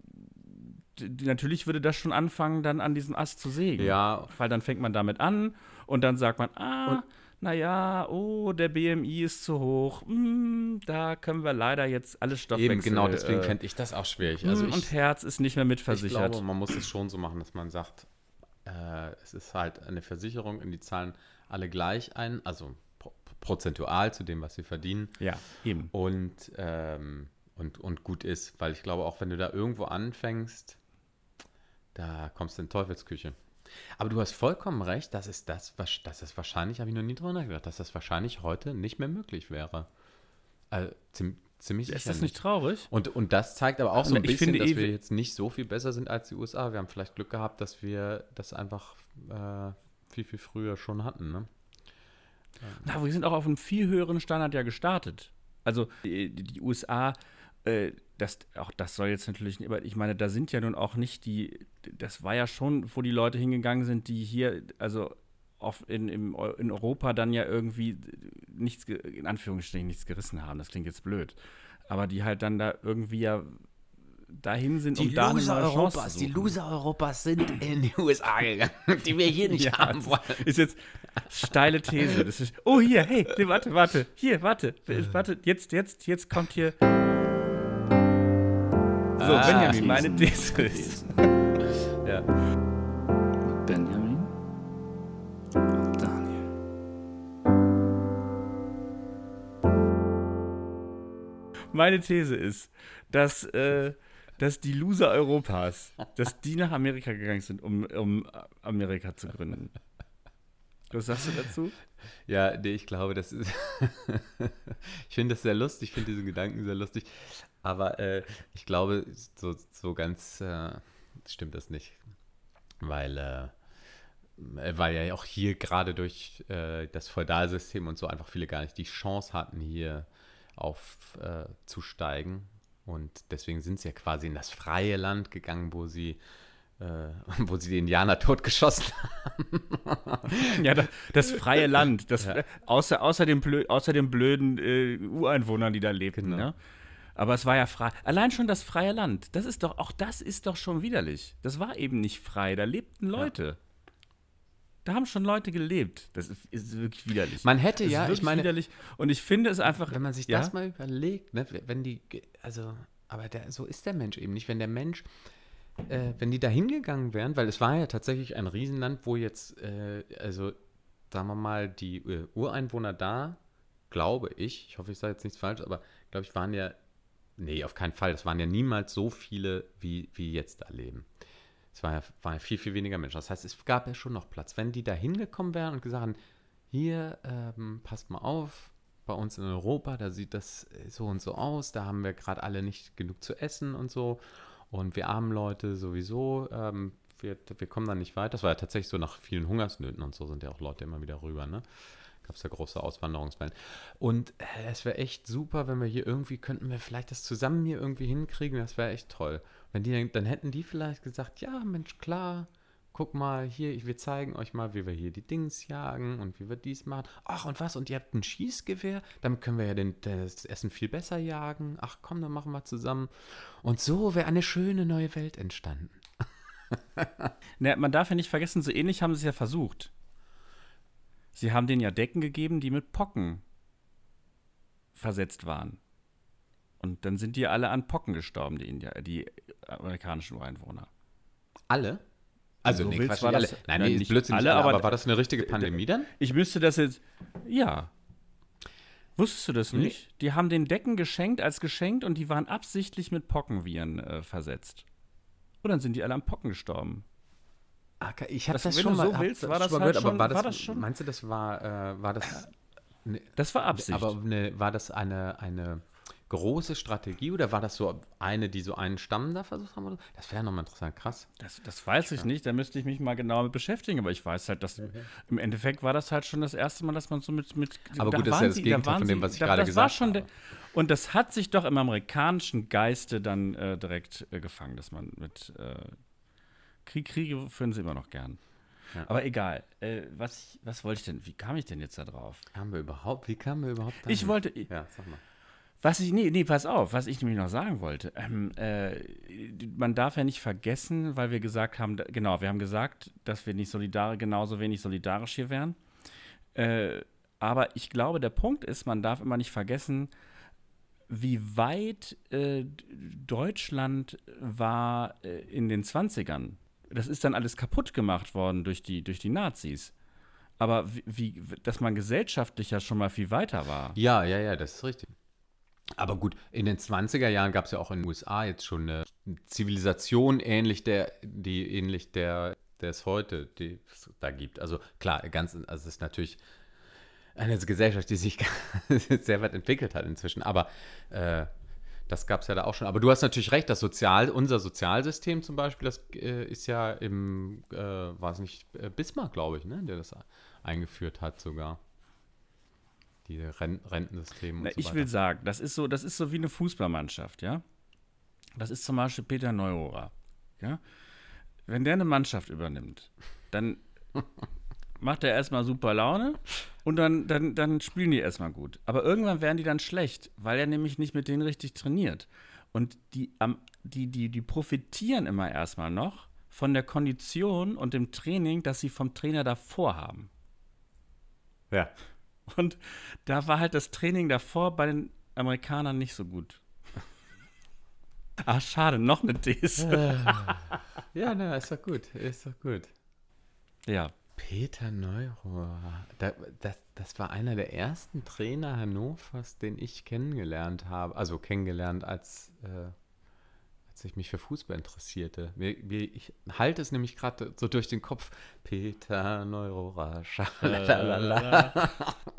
d- natürlich würde das schon anfangen, dann an diesem Ast zu sägen. Ja, Weil dann fängt man damit an und dann sagt man, ah, naja, oh, der B M I ist zu hoch. Hm, da können wir leider jetzt alle Stoffwechsel. eben, genau, deswegen äh, fände ich das auch schwierig. hm, Also und ich, Herz ist nicht mehr ich mitversichert. glaube, man muss es schon so machen, dass man sagt, äh, es ist halt eine Versicherung und die zahlen alle gleich ein, also pro prozentual zu dem, was sie verdienen. Ja, eben. Und, ähm, und, und gut ist, weil ich glaube, auch wenn du da irgendwo anfängst, da kommst du in Teufelsküche. Aber du hast vollkommen recht, dass es das, was- dass es wahrscheinlich, habe ich noch nie drüber nachgedacht, dass das wahrscheinlich heute nicht mehr möglich wäre. Also, ziem, ziemlich Ist sicher das nicht traurig? Und, und das zeigt aber auch so ein Ich bisschen, finde dass eh- wir jetzt nicht so viel besser sind als die U S A. Wir haben vielleicht Glück gehabt, dass wir das einfach äh, viel, viel früher schon hatten. Ne? Na, wir sind auch auf einem viel höheren Standard ja gestartet. Also die, die U S A, äh, das, auch das soll jetzt natürlich nicht, aber ich meine, da sind ja nun auch nicht die, das war ja schon, wo die Leute hingegangen sind, die hier, also auf, in, im, Eu- in Europa dann ja irgendwie nichts, ge- in Anführungsstrichen nichts gerissen haben. Das klingt jetzt blöd. Aber die halt dann da irgendwie ja dahin sind, um da eine neue Chance zu suchen. Loser Europas sind in die U S A gegangen, die wir hier nicht Ja, haben das wollen. Ist jetzt steile These. Das ist, oh, hier, hey, nee, warte, warte, hier, warte, warte, jetzt, jetzt, jetzt kommt hier. So, Ah, Benjamin, meine These ist. Ja. Benjamin und Daniel. Meine These ist, dass, äh, dass die Loser Europas, dass die nach Amerika gegangen sind, um, um Amerika zu gründen. Was sagst du dazu? Ja, nee, ich glaube, das ist. Ich finde das sehr lustig, ich finde diese Gedanken sehr lustig. Aber äh, ich glaube, so, so ganz äh, stimmt das nicht. Weil, äh, weil ja auch hier gerade durch äh, das Feudalsystem und so einfach viele gar nicht die Chance hatten, hier aufzusteigen. Äh, und deswegen sind sie ja quasi in das freie Land gegangen, wo sie Äh, wo sie die Indianer totgeschossen haben. Ja, das, das freie Land, das, Ja. außer, außer, den Blö, außer den blöden äh, Ureinwohnern, die da lebten. Genau. Ne? Aber es war ja frei. Allein schon das freie Land, das ist doch, auch das ist doch schon widerlich. Das war eben nicht frei, da lebten Leute. Da haben schon Leute gelebt. Das ist, ist wirklich widerlich. Man hätte Das ja, ist ich wirklich meine, widerlich. Und ich finde es einfach. wenn man sich ja? das mal überlegt, ne, wenn die, also, aber der, so ist der Mensch eben nicht. Wenn der Mensch, äh, wenn die da hingegangen wären, weil es war ja tatsächlich ein Riesenland, wo jetzt, äh, also, sagen wir mal, die äh, Ureinwohner da, glaube ich, ich hoffe, ich sage jetzt nichts falsch, aber glaube ich, waren ja, nee, auf keinen Fall, das waren ja niemals so viele, wie, wie jetzt da leben. Es war ja, waren ja viel, viel weniger Menschen. Das heißt, es gab ja schon noch Platz. Wenn die da hingekommen wären und gesagt haben, hier, ähm, passt mal auf, bei uns in Europa, da sieht das so und so aus, da haben wir gerade alle nicht genug zu essen und so. Und wir armen Leute sowieso, ähm, wir, wir kommen da nicht weiter. Das war ja tatsächlich so, nach vielen Hungersnöten und so sind ja auch Leute immer wieder rüber, ne? Gab es ja große Auswanderungswellen. Und äh, es wäre echt super, wenn wir hier irgendwie, könnten wir vielleicht das zusammen hier irgendwie hinkriegen, das wäre echt toll. Wenn die, dann hätten die vielleicht gesagt, ja, Mensch, klar, guck mal hier, wir zeigen euch mal, wie wir hier die Dings jagen und wie wir dies machen. Ach, und was, und ihr habt ein Schießgewehr? Damit können wir ja den, das Essen viel besser jagen. Ach komm, dann machen wir zusammen. Und so wäre eine schöne neue Welt entstanden. Ne, man darf ja nicht vergessen, so ähnlich haben sie es ja versucht. Sie haben denen ja Decken gegeben, die mit Pocken versetzt waren. Und dann sind die alle an Pocken gestorben, die, Indier, die amerikanischen Ureinwohner. Alle? Also, So nee, willst Quatsch, war nicht das- alle. Nein, nein, nee, nicht Blödsinn, alle, nicht alle, aber- aber war das eine richtige Pandemie dann? Ich müsste das jetzt. Ja. Wusstest du das Nee. nicht? Die haben den Decken geschenkt als geschenkt und die waren absichtlich mit Pockenviren äh, versetzt. Und dann sind die alle an Pocken gestorben. Ah, okay, ich habe Das- das, wenn schon du mal, so hab willst, das war das schon mal halt gehört, aber schon- war das, war das schon- meinst du, das war, äh, war das, ne, Das war Absicht. aber ne, war das eine, eine große Strategie oder war das so eine, die so einen Stamm da versucht haben? Oder? so? Das wäre nochmal interessant, krass. Das, das weiß ich nicht, da müsste ich mich mal genau mit beschäftigen, aber ich weiß halt, dass im Endeffekt war das halt schon das erste Mal, dass man so mit. mit Aber da gut, das ist waren ja das sie- da Gegenteil waren von dem, sie- was ich da- gerade das war gesagt schon habe. der- Und das hat sich doch im amerikanischen Geiste dann äh, direkt äh, gefangen, dass man mit äh, Krieg, Kriege führen sie immer noch gern. Ja. Aber egal, äh, was, ich, was wollte ich denn, wie kam ich denn jetzt da drauf? Haben wir überhaupt, wie kamen wir überhaupt da? Ich wollte, Ja, sag mal. Was ich, nee, nee, pass auf, was ich nämlich noch sagen wollte. Ähm, äh, man darf ja nicht vergessen, weil wir gesagt haben, da, genau, wir haben gesagt, dass wir nicht solidar, genauso wenig solidarisch hier wären. Äh, aber ich glaube, der Punkt ist, man darf immer nicht vergessen, wie weit äh, Deutschland war äh, in den zwanzigern. Das ist dann alles kaputt gemacht worden durch die, durch die Nazis. Aber wie, wie, dass man gesellschaftlich ja schon mal viel weiter war. Ja, ja, ja, das ist richtig. Aber gut, in den zwanziger Jahren gab es ja auch in den U S A jetzt schon eine Zivilisation ähnlich der, die ähnlich der, der es heute die es da gibt. Also klar, ganz, also es ist natürlich eine Gesellschaft, die sich sehr weit entwickelt hat inzwischen. Aber äh, das gab es ja da auch schon. Aber du hast natürlich recht, das Sozial, unser Sozialsystem zum Beispiel, das äh, ist ja im, äh, war es nicht, äh, Bismarck, glaube ich, ne, der das eingeführt hat sogar. Die Ren Rentensysteme und Na, so ich weiter. will sagen, das ist so, das ist so wie eine Fußballmannschaft, ja. Das ist zum Beispiel Peter Neururer, ja. Wenn der eine Mannschaft übernimmt, dann macht er erstmal super Laune und dann, dann, dann spielen die erstmal gut. Aber irgendwann werden die dann schlecht, weil er nämlich nicht mit denen richtig trainiert. Und die, am, die, die, die profitieren immer erstmal noch von der Kondition und dem Training, das sie vom Trainer davor haben. Ja. Und da war halt das Training davor bei den Amerikanern nicht so gut. Ach, schade, noch eine These. Ja, na, ist doch gut, ist doch gut. Ja. Peter Neururer, da, das, das war einer der ersten Trainer Hannovers, den ich kennengelernt habe. Also kennengelernt als, äh, als ich mich für Fußball interessierte. Mir, mir, ich halte es nämlich gerade so durch den Kopf. Peter Neururer, schalalala.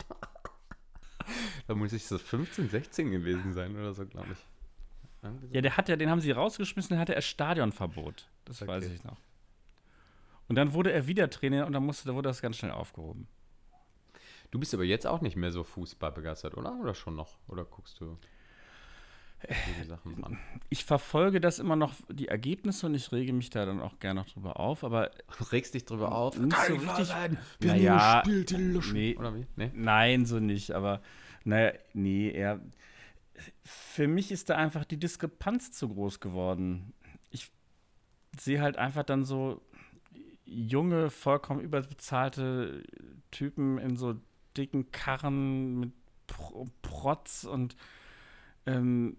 Da muss ich so fünfzehn, sechzehn gewesen sein oder so, glaube ich. Ja, der hat ja, den haben sie rausgeschmissen, dann hatte er Stadionverbot. Das Okay. weiß ich noch. Und dann wurde er wieder Trainer und dann musste, da wurde das ganz schnell aufgehoben. Du bist aber jetzt auch nicht mehr so Fußball begeistert, oder? Oder schon noch? Oder guckst du diese Sachen an? Ich verfolge das immer noch, die Ergebnisse, und ich rege mich da dann auch gerne noch drüber auf, aber Regst dich drüber auf? nicht so Kann wahr richtig. sein. Wir Naja, sind gespielt, die Luschen. nee. Oder wie? Nee? Nein, so nicht, aber naja, nee, eher. Für mich ist da einfach die Diskrepanz zu groß geworden. Ich sehe halt einfach dann so junge, vollkommen überbezahlte Typen in so dicken Karren mit Pro- Protz und ähm,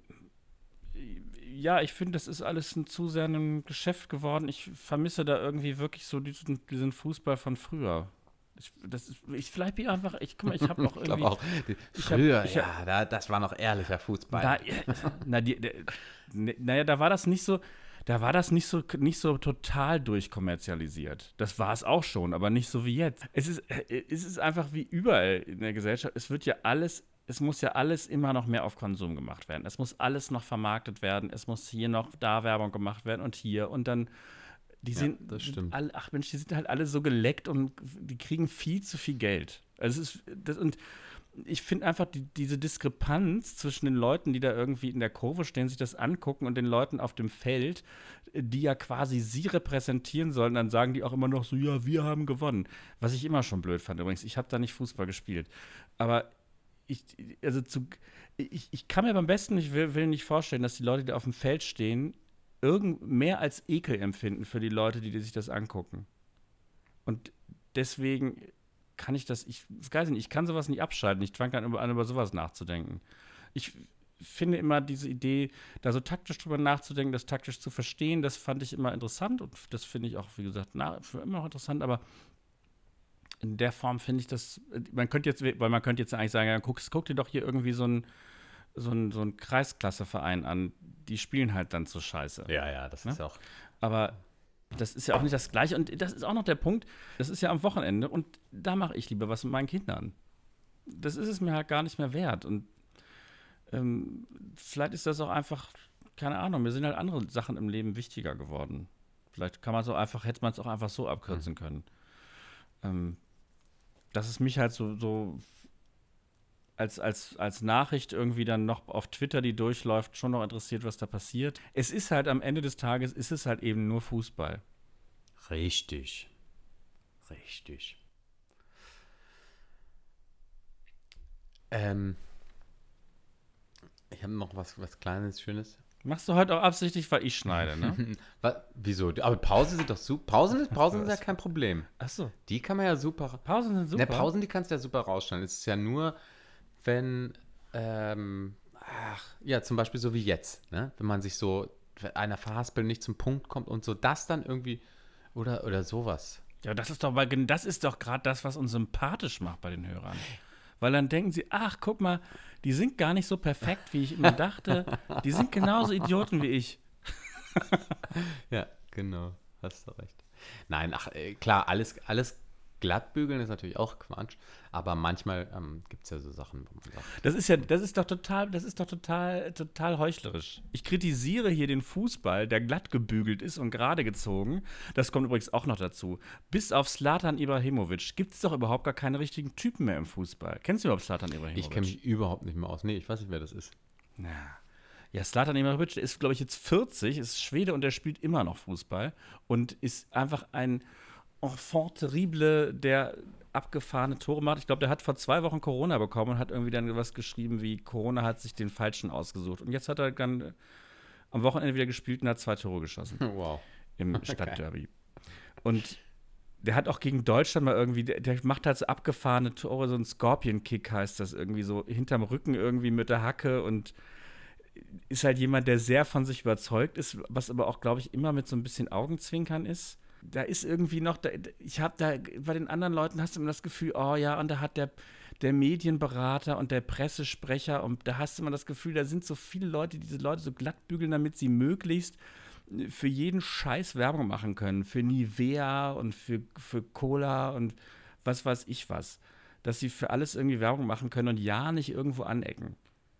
ja, ich finde, das ist alles ein zu sehr ein Geschäft geworden. Ich vermisse da irgendwie wirklich so diesen, diesen Fußball von früher. Ich, das ist, ich vielleicht bin ich einfach, ich guck mal, ich habe noch Ich irgendwie. glaube auch. ich hab- Früher, ich ja, da, das war noch ehrlicher Fußball. Na, na, die, der, ne- naja, da war das nicht so, da war das nicht so, nicht so total durchkommerzialisiert. Das war es auch schon, aber nicht so wie jetzt. Es ist, äh, es ist einfach wie überall in der Gesellschaft. Es wird ja alles, es muss ja alles immer noch mehr auf Konsum gemacht werden. Es muss alles noch vermarktet werden. Es muss hier noch da Werbung gemacht werden und hier und dann. Die Ja, sind, das stimmt. Alle, ach Mensch, die sind halt alle so geleckt und die kriegen viel zu viel Geld. Also es ist, das, und ich finde einfach die, diese Diskrepanz zwischen den Leuten, die da irgendwie in der Kurve stehen, sich das angucken, und den Leuten auf dem Feld, die ja quasi sie repräsentieren sollen, dann sagen die auch immer noch so, ja, wir haben gewonnen. Was ich immer schon blöd fand übrigens. Ich habe da nicht Fußball gespielt. Aber ich, also zu, ich, ich kann mir beim besten, ich will, will nicht vorstellen, dass die Leute, die auf dem Feld stehen, irgend mehr als Ekel empfinden für die Leute, die, die sich das angucken. Und deswegen kann ich das, ich weiß nicht, ich kann sowas nicht abschalten. Ich fange an, an, über sowas nachzudenken. Ich finde immer diese Idee, da so taktisch drüber nachzudenken, das taktisch zu verstehen, das fand ich immer interessant, und das finde ich auch, wie gesagt, na, für immer noch interessant, aber in der Form finde ich das, man könnte jetzt, weil man könnte jetzt eigentlich sagen, ja, guck, guck dir doch hier irgendwie so ein so ein, so ein Kreisklasseverein an, die spielen halt dann so scheiße. Ja, ja, das Ne? ist auch. Aber das ist ja auch nicht das Gleiche. Und das ist auch noch der Punkt, das ist ja am Wochenende und da mache ich lieber was mit meinen Kindern. Das ist es mir halt gar nicht mehr wert. Und ähm, vielleicht ist das auch einfach, keine Ahnung, mir sind halt andere Sachen im Leben wichtiger geworden. Vielleicht kann man so einfach, hätte man es auch einfach so abkürzen können. Ähm, dass es mich halt so, so Als, als, als Nachricht irgendwie dann noch auf Twitter, die durchläuft, schon noch interessiert, was da passiert. Es ist halt am Ende des Tages, ist es halt eben nur Fußball. Richtig. Richtig. Ähm, ich habe noch was, was Kleines, Schönes. Machst du heute auch absichtlich, weil ich schneide, ne? Was, wieso? Aber Pausen sind doch super. Pausen, ist, Pausen ist ja kein Problem. Ach so. Die kann man ja super. Pausen sind super. Ne, Pausen, die kannst du ja super rausschneiden. Es ist ja nur, wenn, ähm, ach, ja, zum Beispiel so wie jetzt, ne? Wenn man sich so, wenn einer verhaspelt, nicht zum Punkt kommt und so, das dann irgendwie, oder, oder sowas. Ja, das ist doch, weil das ist doch gerade das, was uns sympathisch macht bei den Hörern. Weil dann denken sie, ach, guck mal, die sind gar nicht so perfekt, wie ich immer dachte. Die sind genauso Idioten wie ich. Ja, genau, hast du recht. Nein, ach, äh, klar, alles, alles glattbügeln ist natürlich auch Quatsch, aber manchmal ähm, gibt es ja so Sachen, wo man sagt, Das ist ja, das ist doch total, das ist doch total, total heuchlerisch. Ich kritisiere hier den Fußball, der glatt gebügelt ist und gerade gezogen. Das kommt übrigens auch noch dazu. Bis auf Zlatan Ibrahimovic gibt es doch überhaupt gar keine richtigen Typen mehr im Fußball. Kennst du überhaupt Zlatan Ibrahimovic? ich kenne mich überhaupt nicht mehr aus. Nee, ich weiß nicht, wer das ist. Na. Ja, Zlatan Ibrahimovic ist, glaube ich, jetzt vierzig, ist Schwede und der spielt immer noch Fußball und ist einfach ein Enfant terrible, der abgefahrene Tore macht. Ich glaube, der hat vor zwei Wochen Corona bekommen und hat irgendwie dann was geschrieben wie, Corona hat sich den Falschen ausgesucht. Und jetzt hat er dann äh, am Wochenende wieder gespielt und hat zwei Tore geschossen Wow. im Stadtderby. Und der hat auch gegen Deutschland mal irgendwie, der, der macht halt so abgefahrene Tore, so ein Scorpion-Kick heißt das irgendwie, so hinterm Rücken irgendwie mit der Hacke, und ist halt jemand, der sehr von sich überzeugt ist, was aber auch, glaube ich, immer mit so ein bisschen Augenzwinkern ist. Da ist irgendwie noch, da, ich habe da, bei den anderen Leuten hast du immer das Gefühl, oh ja, und da hat der, der Medienberater und der Pressesprecher und da hast du immer das Gefühl, da sind so viele Leute, die diese Leute so glatt bügeln, damit sie möglichst für jeden Scheiß Werbung machen können, für Nivea und für, für Cola und was weiß ich was, dass sie für alles irgendwie Werbung machen können und ja nicht irgendwo anecken.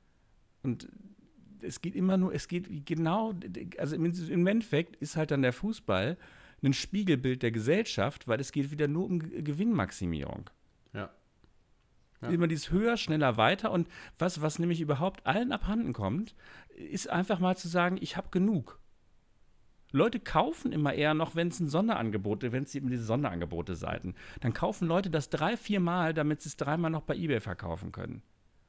Und es geht immer nur, es geht genau, also im, im Endeffekt ist halt dann der Fußball ein Spiegelbild der Gesellschaft, weil es geht wieder nur um G- Gewinnmaximierung. Ja. Ja. Immer dieses höher, schneller, weiter und was, was nämlich überhaupt allen abhanden kommt, ist einfach mal zu sagen, ich habe genug. Leute kaufen immer eher noch, wenn es ein Sonderangebot, wenn es eben diese Sonderangebote-Seiten, dann kaufen Leute das drei, vier Mal, damit sie es dreimal noch bei eBay verkaufen können.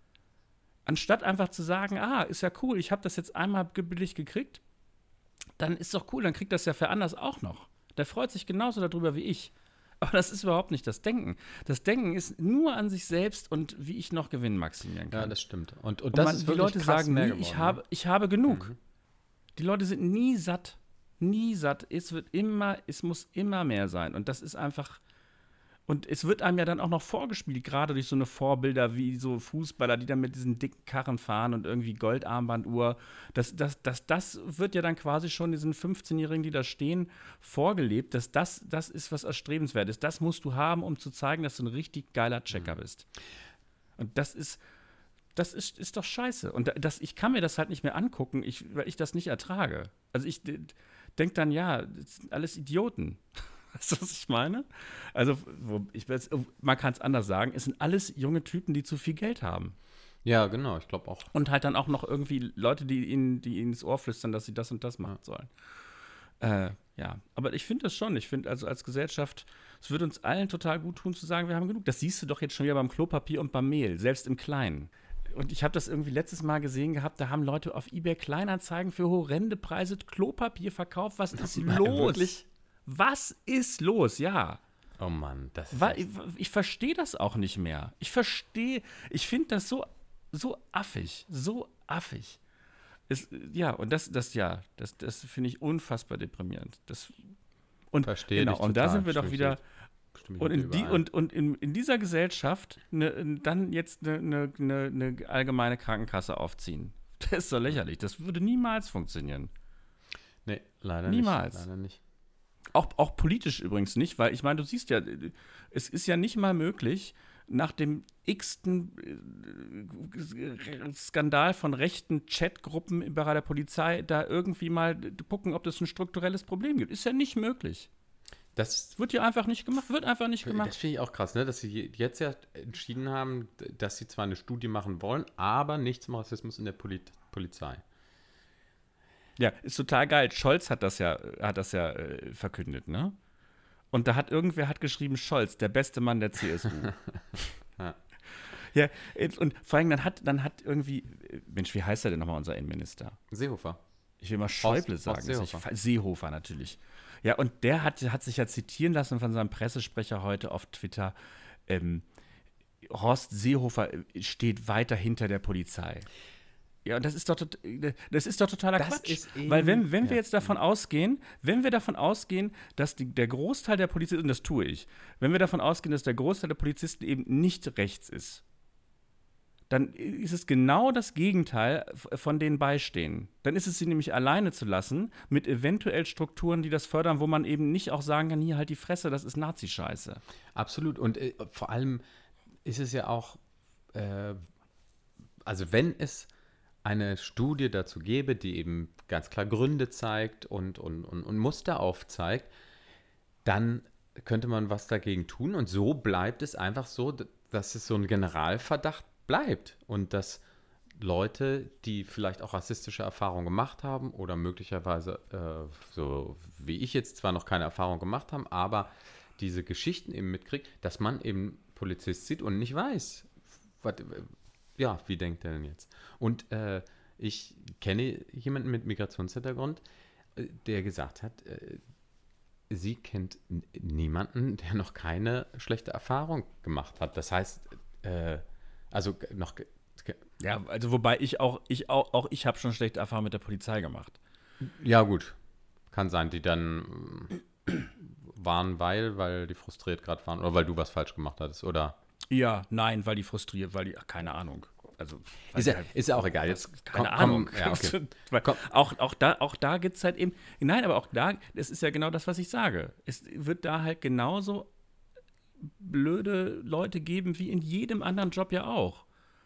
Anstatt einfach zu sagen, ah, ist ja cool, ich habe das jetzt einmal billig gekriegt, dann ist doch cool, dann kriegt das ja für anders auch noch. Der freut sich genauso darüber wie ich. Aber das ist überhaupt nicht das Denken. Das Denken ist nur an sich selbst und wie ich noch Gewinn maximieren kann. Ja, das stimmt. Und, und Und das man, ist die wirklich Leute krass sagen mehr nie, geworden, ich ne? habe, ich habe genug. Mhm. Die Leute sind nie satt. Nie satt. Es wird immer, es muss immer mehr sein. Und das ist einfach. Und es wird einem ja dann auch noch vorgespielt, gerade durch so eine Vorbilder wie so Fußballer, die dann mit diesen dicken Karren fahren und irgendwie Goldarmbanduhr. Das, das, das, das wird ja dann quasi schon diesen fünfzehnjährigen, die da stehen, vorgelebt, dass das, das ist, was erstrebenswert ist. Das musst du haben, um zu zeigen, dass du ein richtig geiler Checker bist. Und das ist, das ist, ist doch scheiße. Und das, ich kann mir das halt nicht mehr angucken, ich, weil ich das nicht ertrage. Also ich denke dann, ja, das sind alles Idioten. Weißt du, was ich meine? Also, wo, ich weiß, man kann es anders sagen, es sind alles junge Typen, die zu viel Geld haben. Ja, genau, ich glaube auch. Und halt dann auch noch irgendwie Leute, die ihnen, die ihnen ins Ohr flüstern, dass sie das und das machen sollen. Äh, ja, aber ich finde das schon. Ich finde also als Gesellschaft, es würde uns allen total gut tun, zu sagen, wir haben genug. Das siehst du doch jetzt schon wieder beim Klopapier und beim Mehl, selbst im Kleinen. Und ich habe das irgendwie letztes Mal gesehen gehabt, da haben Leute auf eBay Kleinanzeigen für horrende Preise Klopapier verkauft. Was ist Nein, los? wirklich? Was ist los? Ja. Oh Mann, das ist Weil, echt- ich ich verstehe das auch nicht mehr. Ich verstehe, ich finde das so, so affig, so affig. Es, ja, und das, das ja, das, das finde ich unfassbar deprimierend. Das, und Verstehe genau, dich und da total, sind wir doch stimme ich wieder. dir- stimme ich Und mit in, dir die, überein. und, und in, in dieser Gesellschaft ne, dann jetzt eine ne, ne, ne allgemeine Krankenkasse aufziehen. Das ist doch lächerlich. Das würde niemals funktionieren. Nee, leider Niemals. nicht. Leider nicht. Auch, auch politisch übrigens nicht, weil ich meine, du siehst ja, es ist ja nicht mal möglich, nach dem x-ten äh, Skandal von rechten Chatgruppen bei der Polizei da irgendwie mal gucken, ob es ein strukturelles Problem gibt. Ist ja nicht möglich. Das, Es wird ja einfach nicht gemacht, wird einfach nicht das gemacht. finde ich auch krass, ne? Dass sie jetzt ja entschieden haben, dass sie zwar eine Studie machen wollen, aber nicht zum Rassismus in der Poli Polizei. Ja, ist total geil. Scholz hat das ja, hat das ja äh, verkündet, ne? Und da hat irgendwer hat geschrieben, Scholz, der beste Mann der C S U. Ja. Ja, und vor allem dann hat, dann hat irgendwie, Mensch, wie heißt er denn nochmal, unser Innenminister? Seehofer. Ich will mal Schäuble Horst sagen. Seehofer. Seehofer. Seehofer natürlich. Ja, und der hat, hat sich ja zitieren lassen von seinem Pressesprecher heute auf Twitter. Ähm, Horst Seehofer steht weiter hinter der Polizei. Ja, und das ist doch, tot- das ist doch totaler Das Quatsch. ist eben- Weil wenn, wenn wir ja. jetzt davon ausgehen, wenn wir davon ausgehen, dass die, der Großteil der Polizisten, und das tue ich, wenn wir davon ausgehen, dass der Großteil der Polizisten eben nicht rechts ist, dann ist es genau das Gegenteil f- von denen beistehen. Dann ist es sie nämlich alleine zu lassen, mit eventuell Strukturen, die das fördern, wo man eben nicht auch sagen kann, hier halt die Fresse, das ist Nazi-Scheiße. Absolut. Und äh, vor allem ist es ja auch, äh, also wenn es eine Studie dazu gäbe, die eben ganz klar Gründe zeigt und, und, und, und Muster aufzeigt, dann könnte man was dagegen tun. Und so bleibt es einfach so, d- dass es so ein Generalverdacht bleibt und dass Leute, die vielleicht auch rassistische Erfahrungen gemacht haben oder möglicherweise, äh, so wie ich jetzt zwar noch keine Erfahrung gemacht haben, aber diese Geschichten eben mitkriegt, dass man eben Polizist sieht und nicht weiß, was, ja, wie denkt er denn jetzt? Und äh, ich kenne jemanden mit Migrationshintergrund, äh, der gesagt hat, äh, sie kennt n- niemanden, der noch keine schlechte Erfahrung gemacht hat. Das heißt, äh, also g- noch ge- ge- Ja, also wobei ich auch, ich auch, auch ich habe schon schlechte Erfahrungen mit der Polizei gemacht. ja gut, kann sein, die dann äh, waren, weil, weil die frustriert gerade waren oder weil du was falsch gemacht hattest oder Ja, nein, weil die frustriert, weil die, ach, keine Ahnung. Also, Ist ja, ist ja auch egal. Jetzt keine komm, Ahnung. Komm, ja, okay. Weil Komm. auch, auch da, auch da gibt es halt eben, nein, aber auch da, das ist ja genau das, was ich sage. Es wird da halt genauso blöde Leute geben wie in jedem anderen Job ja auch.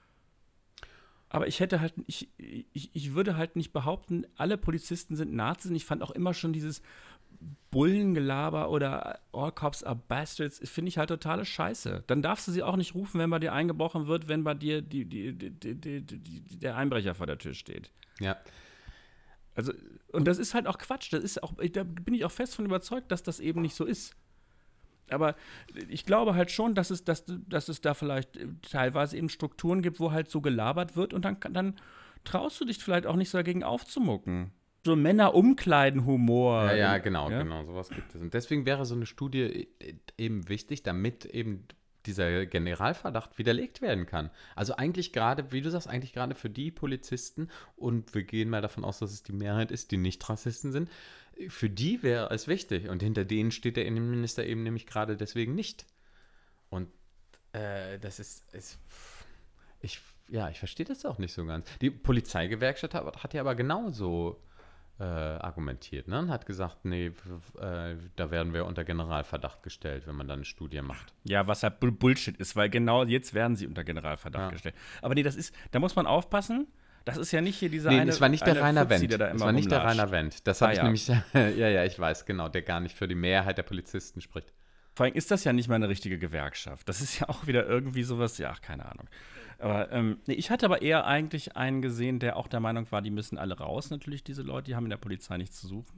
Aber ich hätte halt, ich, ich, ich würde halt nicht behaupten, alle Polizisten sind Nazis. Und ich fand auch immer schon dieses Bullengelaber oder All Cops are Bastards, finde ich halt totale Scheiße. Dann darfst du sie auch nicht rufen, wenn bei dir eingebrochen wird, wenn bei dir die, die, die, die, die, die, der Einbrecher vor der Tür steht. Ja. Also, und das ist halt auch Quatsch. Das ist auch, da bin ich auch fest von überzeugt, dass das eben nicht so ist. Aber ich glaube halt schon, dass es, dass, dass es da vielleicht teilweise eben Strukturen gibt, wo halt so gelabert wird und dann, dann traust du dich vielleicht auch nicht so dagegen aufzumucken. So Männer-Umkleiden-Humor. Ja, ja, genau, ja? genau, sowas gibt es. Und deswegen wäre so eine Studie eben wichtig, damit eben dieser Generalverdacht widerlegt werden kann. Also eigentlich gerade, wie du sagst, eigentlich gerade für die Polizisten, und wir gehen mal davon aus, dass es die Mehrheit ist, die nicht Rassisten sind, für die wäre es wichtig. Und hinter denen steht der Innenminister eben nämlich gerade deswegen nicht. Und äh, das ist, ist ich, ja, ich verstehe das auch nicht so ganz. Die Polizeigewerkschaft hat, hat ja aber genauso Äh, argumentiert, ne? Und hat gesagt, nee, äh, da werden wir unter Generalverdacht gestellt, wenn man dann eine Studie macht. Ja, was halt Bullshit ist, weil genau jetzt werden sie unter Generalverdacht ja. gestellt. Aber nee, das ist, da muss man aufpassen, das ist ja nicht hier dieser nee, eine es war nicht der Rainer Fuzzi, Wendt. der da immer Es war nicht der rumlatscht. Rainer Wendt. Das habe ah, ich ja. nämlich, ja, ja, ich weiß, genau, der gar nicht für die Mehrheit der Polizisten spricht. Vor allem ist das ja nicht mal eine richtige Gewerkschaft. Das ist ja auch wieder irgendwie sowas, ja, ach, keine Ahnung. Aber ähm, nee, ich hatte aber eher eigentlich einen gesehen, der auch der Meinung war, die müssen alle raus, natürlich, diese Leute, die haben in der Polizei nichts zu suchen.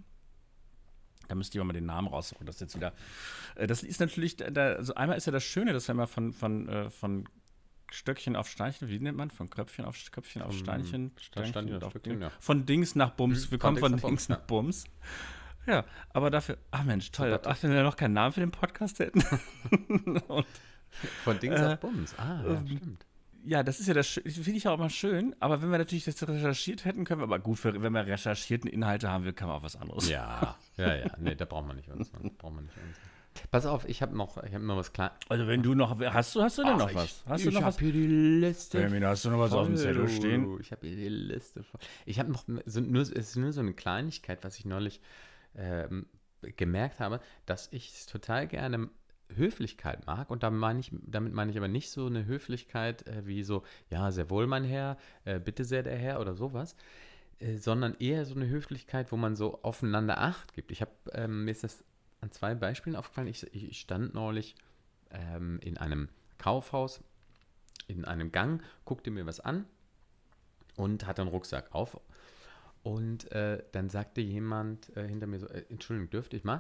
Da müsst ihr mal den Namen raussuchen. Das ist jetzt wieder. Äh, das ist natürlich, da, also einmal ist ja das Schöne, dass wir immer von, von, äh, von Stöckchen auf Steinchen, wie nennt man? Von Köpfchen auf Köpfchen auf Steinchen, Steinchen, Steinchen auf Stöckchen, ja. Von Dings nach Bums. Hm, wir von kommen von Dings nach Dings Bums, nach Bums. Ja, aber dafür, ach Mensch, toll. Super, Ach, wenn wir noch keinen Namen für den Podcast hätten. Und, Von Dings äh, auf Bums. Ah, ja, ähm, stimmt. ja, das ist ja das, finde ich auch immer schön, aber wenn wir natürlich das recherchiert hätten, können wir, aber gut, für, wenn wir recherchierten Inhalte haben will, kann man auch was anderes. Ja, ja, ja, nee, da braucht man nicht uns. Braucht man nicht uns. Pass auf, ich habe noch, ich hab noch was klar. Also wenn du noch, hast du, hast du denn Ach, noch ich, was? Hast ich du noch hab was? hier die Liste. Benjamin, hast du noch was auf dem Zettel stehen? Ich habe hier die Liste voll. Ich habe noch, so, nur, es ist nur so eine Kleinigkeit, was ich neulich ähm, gemerkt habe, dass ich es total gerne Höflichkeit mag, und da meine ich, damit meine ich aber nicht so eine Höflichkeit äh, wie so, ja, sehr wohl, mein Herr, äh, bitte sehr, der Herr oder sowas, äh, sondern eher so eine Höflichkeit, wo man so aufeinander Acht gibt. Ich habe, ähm, mir ist das an zwei Beispielen aufgefallen. Ich, ich stand neulich ähm, in einem Kaufhaus, in einem Gang, guckte mir was an und hatte einen Rucksack auf. Und äh, dann sagte jemand äh, hinter mir so, äh, Entschuldigung, dürfte ich mal?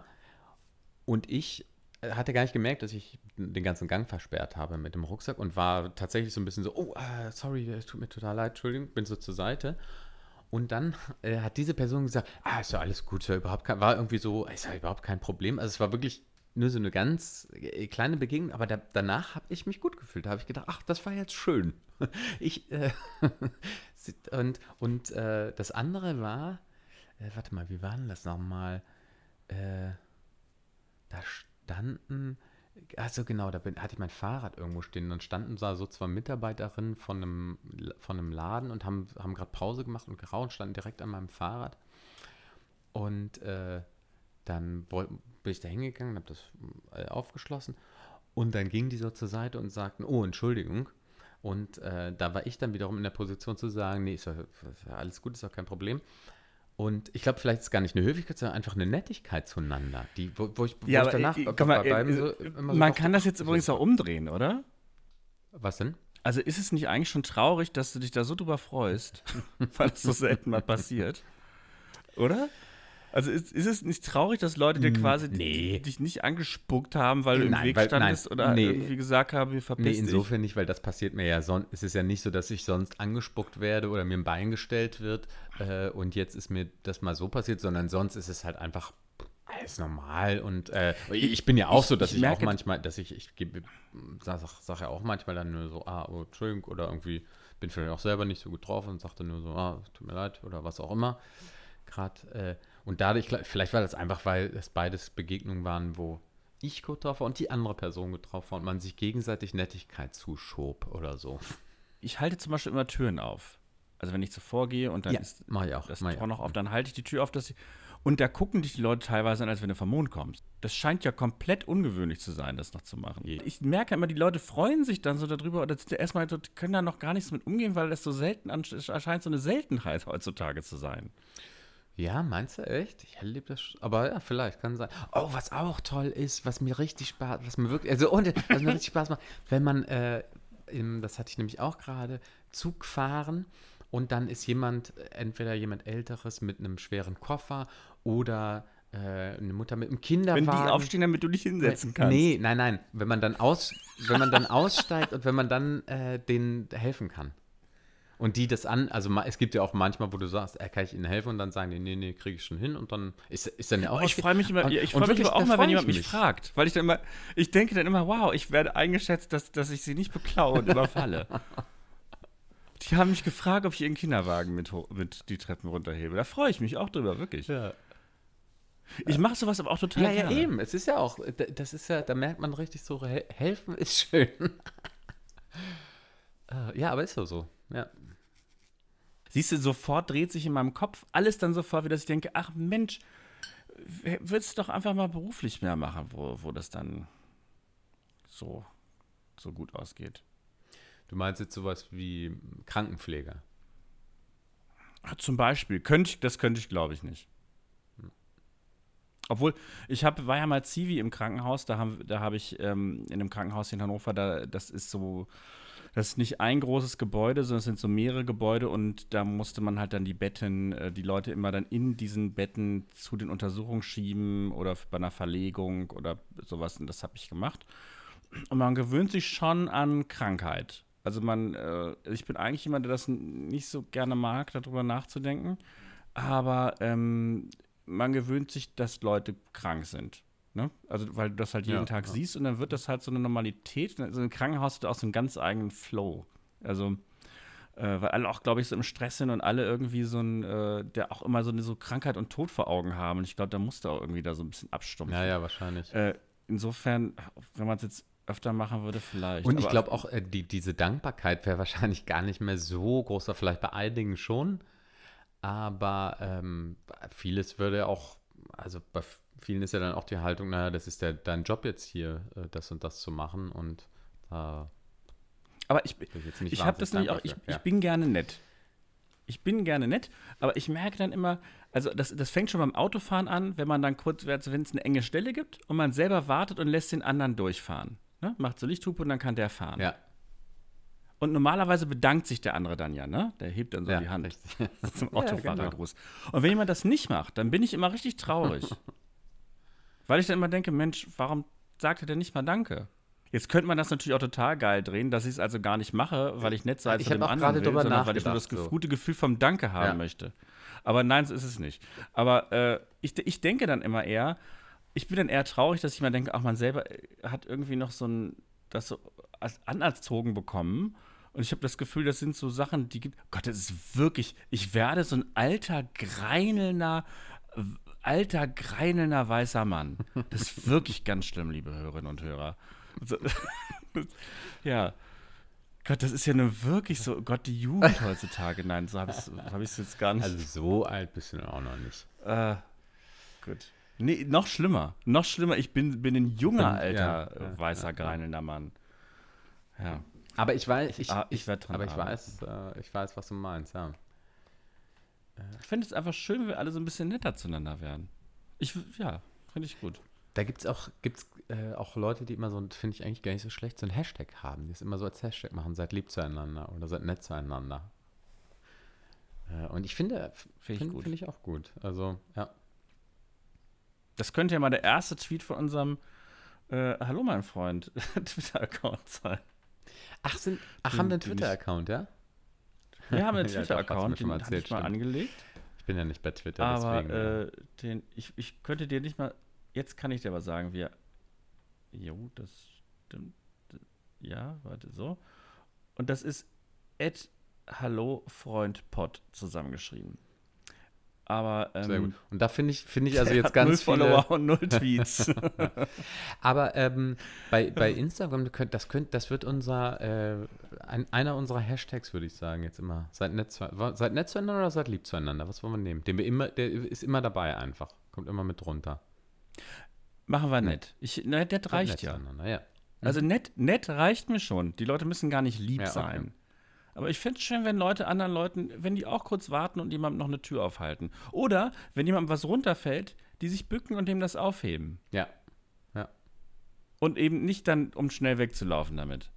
Und ich äh, hatte gar nicht gemerkt, dass ich den ganzen Gang versperrt habe mit dem Rucksack und war tatsächlich so ein bisschen so, oh, äh, sorry, es tut mir total leid, Entschuldigung, bin so zur Seite. Und dann äh, hat diese Person gesagt, ah, ist ja alles gut, ist ja überhaupt kein, war irgendwie so, ist ja überhaupt kein Problem. Also es war wirklich nur so eine ganz äh, kleine Begegnung, aber da, danach habe ich mich gut gefühlt. Da habe ich gedacht, ach, das war jetzt schön. Ich, äh, und und äh, das andere war, äh, warte mal, wie war denn das nochmal? Äh, da standen, also genau, da bin, hatte ich mein Fahrrad irgendwo stehen. Dann standen da so zwei Mitarbeiterinnen von einem, von einem Laden und haben, haben gerade Pause gemacht und geraucht und standen direkt an meinem Fahrrad. Und äh, dann wollt, bin ich da hingegangen, habe das äh, aufgeschlossen und dann gingen die so zur Seite und sagten, oh, Entschuldigung. Und äh, da war ich dann wiederum in der Position zu sagen, nee, ist ja, ist ja alles gut, ist auch kein Problem. Und ich glaube, vielleicht ist es gar nicht eine Höflichkeit, sondern einfach eine Nettigkeit zueinander, die, wo, wo ich, wo Ja, ich aber, danach äh, bei guck mal, beiden äh, so, immer so man dachte, kann das ach, jetzt so. übrigens auch umdrehen, oder? Was denn? Also ist es nicht eigentlich schon traurig, dass du dich da so drüber freust, weil es so selten mal passiert? Oder? Also ist, ist es nicht traurig, dass Leute dir quasi nee. dich nicht angespuckt haben, weil du im Nein, Weg weil- standest nein, oder nee. irgendwie gesagt haben, wir verpiss Nee, dich? insofern nicht, weil das passiert mir ja sonst. Es ist ja nicht so, dass ich sonst angespuckt werde oder mir ein Bein gestellt wird äh, und jetzt ist mir das mal so passiert, sondern sonst ist es halt einfach alles normal und äh, ich bin ja auch so, dass ich ich, auch merke- manchmal, dass ich, ich gebe, sag, sag ja auch manchmal dann nur so, ah, oh, Entschuldigung, oder irgendwie bin vielleicht auch selber nicht so gut drauf und sagte nur so, ah, tut mir leid oder was auch immer. Gerade, äh, und dadurch, vielleicht war das einfach, weil es beides Begegnungen waren, wo ich gut drauf war und die andere Person gut drauf war und man sich gegenseitig Nettigkeit zuschob oder so. Ich halte zum Beispiel immer Türen auf. Also wenn ich zuvor gehe und dann Ja, ist mach ich auch. das mach ich Tor noch auch. auf, dann halte ich die Tür auf, dass sie. Und da gucken dich die Leute teilweise an, als wenn du vom Mond kommst. Das scheint ja komplett ungewöhnlich zu sein, das noch zu machen. Je. Ich merke immer, die Leute freuen sich dann so darüber oder sind ja erstmal so, können da noch gar nichts mit umgehen, weil das so selten ansch- erscheint, so eine Seltenheit heutzutage zu sein. Ja, meinst du echt? Ich erlebe das schon. Aber ja, vielleicht, kann sein. Oh, was auch toll ist, was mir richtig Spaß, was mir wirklich, also ohne, was mir richtig Spaß macht, wenn man, äh, im, das hatte ich nämlich auch gerade, Zug fahren und dann ist jemand, entweder jemand Älteres mit einem schweren Koffer oder äh, eine Mutter mit einem Kinderwagen. Wenn die aufstehen, damit du dich hinsetzen kannst. Nee, nein, nein. Wenn man dann aus, wenn man dann aussteigt und wenn man dann äh, denen helfen kann. Und die das an, also ma- es gibt ja auch manchmal, wo du sagst, äh, kann ich ihnen helfen? Und dann sagen die, nee, nee, kriege ich schon hin. Und dann ist, ist dann ja auch. Oh, ich freue mich immer, Und- ich und freue mich wirklich, aber auch da mal, freu wenn ich jemand mich mich. fragt. Weil ich dann immer, ich denke dann immer, wow, ich werde eingeschätzt, dass, dass ich sie nicht beklaue und überfalle. Die haben mich gefragt, ob ich ihren Kinderwagen mit, ho- mit die Treppen runterhebe. Da freue ich mich auch drüber, wirklich. Ja. Ich mache sowas aber auch total Ja, ja, gerne. eben. Es ist ja auch, d- das ist ja, da merkt man richtig so, he- helfen ist schön. Äh, ja, aber ist so so. Ja. Siehst du, sofort dreht sich in meinem Kopf alles dann sofort wieder, dass ich denke, ach Mensch, würdest du doch einfach mal beruflich mehr machen, wo, wo das dann so, so gut ausgeht. Du meinst jetzt sowas wie Krankenpfleger. Ah, zum Beispiel, könnte ich, das könnte ich, glaube ich, nicht. Obwohl, ich hab, war ja mal Zivi im Krankenhaus, da habe da hab ich ähm, in einem Krankenhaus in Hannover, da, das ist so, das ist nicht ein großes Gebäude, sondern es sind so mehrere Gebäude und da musste man halt dann die Betten, äh, die Leute immer dann in diesen Betten zu den Untersuchungen schieben oder f- bei einer Verlegung oder sowas und das habe ich gemacht. Und man gewöhnt sich schon an Krankheit. Also man, äh, ich bin eigentlich jemand, der das n- nicht so gerne mag, darüber nachzudenken. Aber ähm, man gewöhnt sich, dass Leute krank sind. Ne? Also, weil du das halt jeden Ja, Tag ja. siehst und dann wird das halt so eine Normalität. Also ein Krankenhaus hat auch so einen ganz eigenen Flow. Also, äh, weil alle auch, glaube ich, so im Stress sind und alle irgendwie so ein, äh, der auch immer so eine so Krankheit und Tod vor Augen haben. Und ich glaube, da musst du auch irgendwie da so ein bisschen abstumpfen. Ja, ja, wahrscheinlich. Äh, insofern, wenn man es jetzt öfter machen würde, vielleicht. Und ich Aber- glaube auch, äh, die, diese Dankbarkeit wäre wahrscheinlich gar nicht mehr so groß, oder vielleicht bei einigen schon. Aber ähm, vieles würde auch, also bei vielen ist ja dann auch die Haltung, naja, das ist der, dein Job jetzt hier, äh, das und das zu machen. Und da Aber ich, bin ich jetzt nicht ich habe das nämlich auch, wahnsinnig ich, dankbar ich für. bin gerne nett. Ich bin gerne nett, aber ich merke dann immer, also das, das fängt schon beim Autofahren an, wenn man dann kurz, also wenn es eine enge Stelle gibt und man selber wartet und lässt den anderen durchfahren. Ne? Macht so Lichthupe und dann kann der fahren. Ja, Und normalerweise bedankt sich der andere dann ja, ne? Der hebt dann so ja, die Hand richtig. zum Ja, Autofahrergruß. Und wenn jemand das nicht macht, dann bin ich immer richtig traurig. Weil ich dann immer denke, Mensch, warum sagt er denn nicht mal Danke? Jetzt könnte man das natürlich auch total geil drehen, dass ich es also gar nicht mache, weil ich nett sei Ich zu hab dem auch anderen gerade will, drüber sondern weil ich nur das nachgedacht, so. gute Gefühl vom Danke haben Ja. möchte. Aber nein, so ist es nicht. Aber äh, ich, ich denke dann immer eher, ich bin dann eher traurig, dass ich mal denke, ach, man selber äh, hat irgendwie noch so ein, das so als anerzogen bekommen. Und ich habe das Gefühl, das sind so Sachen, die gibt. Gott, das ist wirklich, ich werde so ein alter, greinelnder, äh, alter, greinelnder weißer Mann. Das ist wirklich ganz schlimm, liebe Hörerinnen und Hörer. So, ja. Gott, das ist ja nur wirklich so, Gott, die Jugend heutzutage. Nein, so habe ich es hab ich's jetzt gar nicht. Also so alt bist du auch noch nicht. Äh, gut. Nee, noch schlimmer. Noch schlimmer, ich bin, bin ein junger, Ja, alter, ja, äh, weißer, ja, ja. greinelnder Mann. Ja. Aber ich weiß, ich, ah, ich ich, werd dran aber ich arbeiten. weiß, äh, ich weiß, was du meinst, ja. Ich fände es einfach schön, wenn wir alle so ein bisschen netter zueinander wären. Ich, w- ja, finde ich gut. Da gibt es auch, gibt's, äh, auch Leute, die immer so, finde ich eigentlich gar nicht so schlecht, so ein Hashtag haben, die es immer so als Hashtag machen, seid lieb zueinander oder seid nett zueinander. Äh, und ich finde, Finde ich finde gut. find ich auch gut. Also, ja. Das könnte ja mal der erste Tweet von unserem äh, Hallo, mein Freund, Twitter-Account sein. Ach, sind, ach Den- haben wir einen den ich- Twitter-Account, ja? Wir haben einen Ja, doch, hast du mir Twitter-Account, schon mal den habe ich erzählt, mal stimmt. angelegt. Ich bin ja nicht bei Twitter, Aber deswegen. ja. äh, den, ich, ich könnte dir nicht mal, jetzt kann ich dir aber sagen, wir, jo, das stimmt, ja, warte, so. Und das ist at Hallo Freund Pod zusammengeschrieben. Aber ähm, Sehr gut. Und da finde ich, finde ich also er jetzt hat ganz null viele. Follower und null Tweets. Aber ähm, bei, bei Instagram, könnt- das, könnt, das wird unser, äh, ein, einer unserer Hashtags, würde ich sagen, jetzt immer. Seid nett, zu, seid nett zueinander oder seid lieb zueinander? Was wollen wir nehmen? Den wir immer, der ist immer dabei einfach. Kommt immer mit drunter. Machen wir Nett. nett. Ich, na, nett Seid reicht nett ja. zueinander, ja. Also nett, nett reicht mir schon. Die Leute müssen gar nicht lieb Ja, okay. sein. Aber ich finde es schön, wenn Leute anderen Leuten, wenn die auch kurz warten und jemandem noch eine Tür aufhalten. Oder wenn jemandem was runterfällt, die sich bücken und dem das aufheben. Ja. Ja. Und eben nicht dann, um schnell wegzulaufen damit.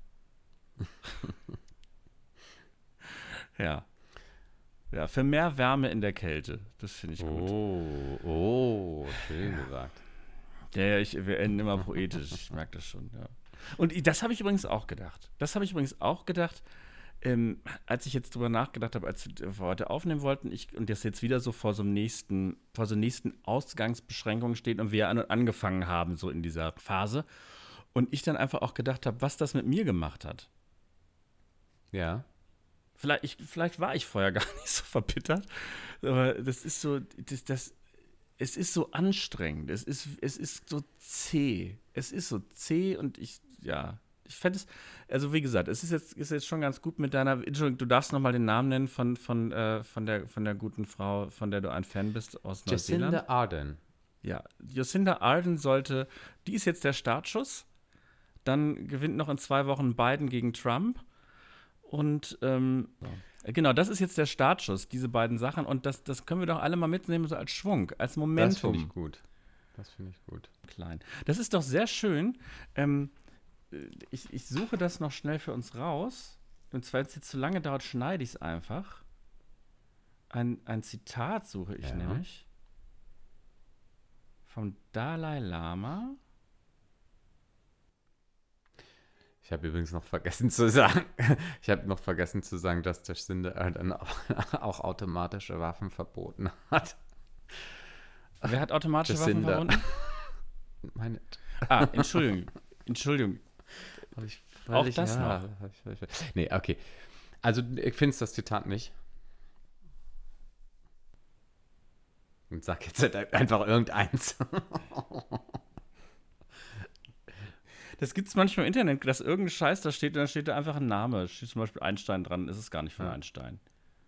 Ja. Ja, für mehr Wärme in der Kälte. Das finde ich gut. Oh, oh, schön gesagt. Ja, ja, ich, wir enden immer poetisch. Ich merke das schon, ja. Und i- das habe ich übrigens auch gedacht. Das habe ich übrigens auch gedacht, ähm, als ich jetzt drüber nachgedacht habe, als wir heute aufnehmen wollten, ich, und das jetzt wieder so vor so einem nächsten, vor so nächsten Ausgangsbeschränkungen steht und wir an, angefangen haben, so in dieser Phase. Und ich dann einfach auch gedacht habe, was das mit mir gemacht hat. Ja. Vielleicht, ich, vielleicht war ich vorher gar nicht so verbittert, aber das ist so, das, das, es ist so anstrengend, es ist, es ist so zäh, es ist so zäh und ich, ja, ich fände es, also wie gesagt, es ist jetzt, ist jetzt schon ganz gut mit deiner, Entschuldigung, du darfst nochmal den Namen nennen von, von, äh, von, der, von der guten Frau, von der du ein Fan bist aus Neuseeland. Jacinda Ardern. Ja, Jacinda Ardern sollte, die ist jetzt der Startschuss, dann gewinnt noch in zwei Wochen Biden gegen Trump. Und ähm, genau, das ist jetzt der Startschuss, diese beiden Sachen. Und das, das können wir doch alle mal mitnehmen, so als Schwung, als Momentum. Das finde ich gut. Das finde ich gut. Klein. Das ist doch sehr schön. Ähm, ich, ich suche das noch schnell für uns raus. Und zwar, wenn es jetzt zu lange dauert, schneide ich es einfach. Ein, ein Zitat suche ich Ja. nämlich. Vom Dalai Lama. Ich habe übrigens noch vergessen zu sagen, ich habe noch vergessen zu sagen, dass Jacinda Ardern auch, auch automatische Waffen verboten hat. Wer hat automatische Waffen Jacinda. verbunden? Meine, Ah, Entschuldigung. Entschuldigung. hab ich Auch völlig- das ja, noch. hab ich völlig- Nee, okay. Also ich finde das Zitat nicht. Und sag jetzt halt einfach irgendeins. Das gibt es manchmal im Internet, dass irgendein Scheiß da steht und dann steht da einfach ein Name. Steht zum Beispiel Einstein dran, ist es gar nicht von Ja. Einstein.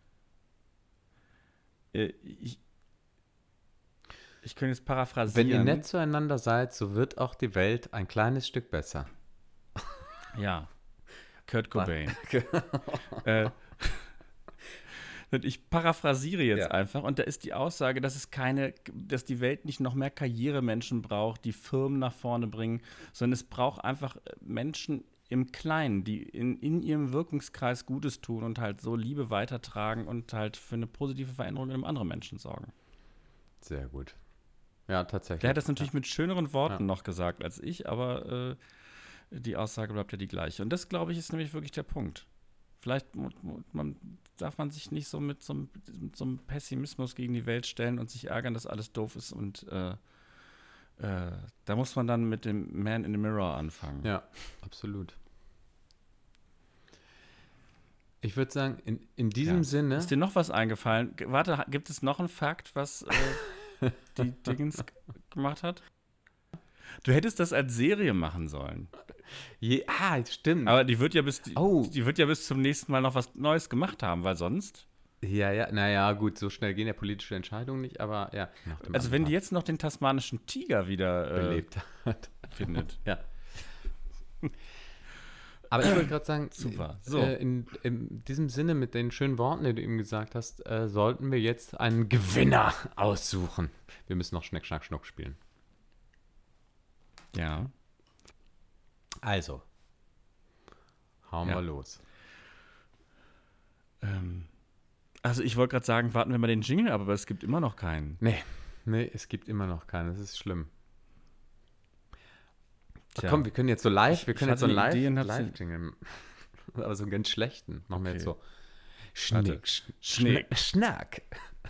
Äh, ich, ich könnte jetzt paraphrasieren. Wenn ihr nett zueinander seid, so wird auch die Welt ein kleines Stück besser. Ja. Kurt Cobain. äh, und ich paraphrasiere jetzt Ja. einfach und da ist die Aussage, dass es keine, dass die Welt nicht noch mehr Karrieremenschen braucht, die Firmen nach vorne bringen, sondern es braucht einfach Menschen im Kleinen, die in, in ihrem Wirkungskreis Gutes tun und halt so Liebe weitertragen und halt für eine positive Veränderung in einem anderen Menschen sorgen. Sehr gut. Ja, tatsächlich. Der hat das natürlich mit schöneren Worten Ja. noch gesagt als ich, aber äh, die Aussage bleibt ja die gleiche. Und das, glaube ich, ist nämlich wirklich der Punkt. Vielleicht mu- mu- man, darf man sich nicht so mit so, einem- mit so einem Pessimismus gegen die Welt stellen und sich ärgern, dass alles doof ist. Und äh, äh, da muss man dann mit dem Man in the Mirror anfangen. Ja, absolut. Ich würde sagen, in, in diesem Ja. Sinne. Ist dir noch was eingefallen? Ge- Warte, ha- gibt es noch einen Fakt, was äh, die Diggins g- gemacht hat? Du hättest das als Serie machen sollen. Je, ah, stimmt. Aber die wird ja bis die, Oh. die wird ja bis zum nächsten Mal noch was Neues gemacht haben, weil sonst. ja, ja, naja, gut, so schnell gehen ja politische Entscheidungen nicht, aber ja. nach dem Also wenn die anderen jetzt noch den tasmanischen Tiger wieder äh, belebt hat. findet. Ja. Aber ich wollte gerade sagen, Super. So. äh, in, in diesem Sinne, mit den schönen Worten, die du eben gesagt hast, äh, sollten wir jetzt einen Gewinner aussuchen. Wir müssen noch Schneck, Schnack, Schnuck spielen. Ja. Also, hauen Ja. wir los. Ähm, also ich wollte gerade sagen, warten wir mal den Jingle, ab, aber es gibt immer noch keinen. Nee, nee, es gibt immer noch keinen, das ist schlimm. Tja. Komm, wir können jetzt so live, Ich- wir ich können jetzt so hatte einen eine Idee und live, hab's live jingle aber so einen ganz schlechten. Machen wir Okay. jetzt so. Warte. Schnick, sch Schnick. Schnack. Schnack.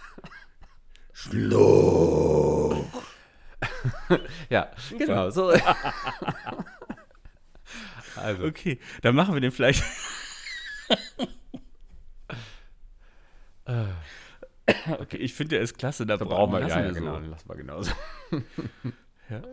Ja, genau, so. Also, Okay, dann machen wir den vielleicht. Okay, ich finde, der ist klasse. Da, Da brauchen wir, lassen ja, ja so. genau, dann lassen wir genauso. Ja.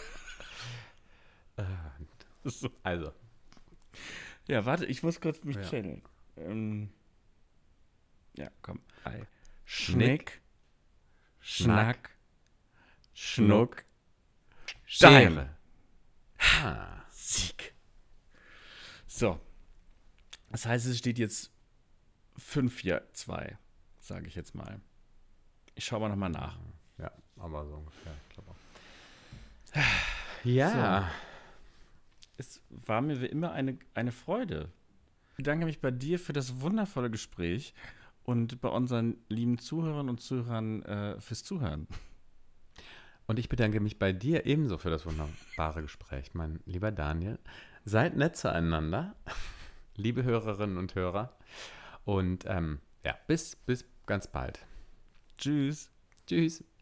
So. Also, Ja, warte, ich muss kurz mich Ja. channeln. Ähm, ja, komm. Ei. Schnick, Schnack, Schnuck, Schere. Ah, Sieg. So. Das heißt, es steht jetzt fünf vier zwei, sage ich jetzt mal. Ich schaue mal nochmal nach. ja, aber so ungefähr, ich glaube auch. Ja, Es war mir wie immer eine, eine Freude. Ich bedanke mich bei dir für das wundervolle Gespräch und bei unseren lieben Zuhörern und Zuhörern äh, fürs Zuhören. und ich bedanke mich bei dir ebenso für das wunderbare Gespräch, mein lieber Daniel. Seid nett zueinander, liebe Hörerinnen und Hörer. Und ähm, ja, bis, bis ganz bald. Tschüss. Tschüss.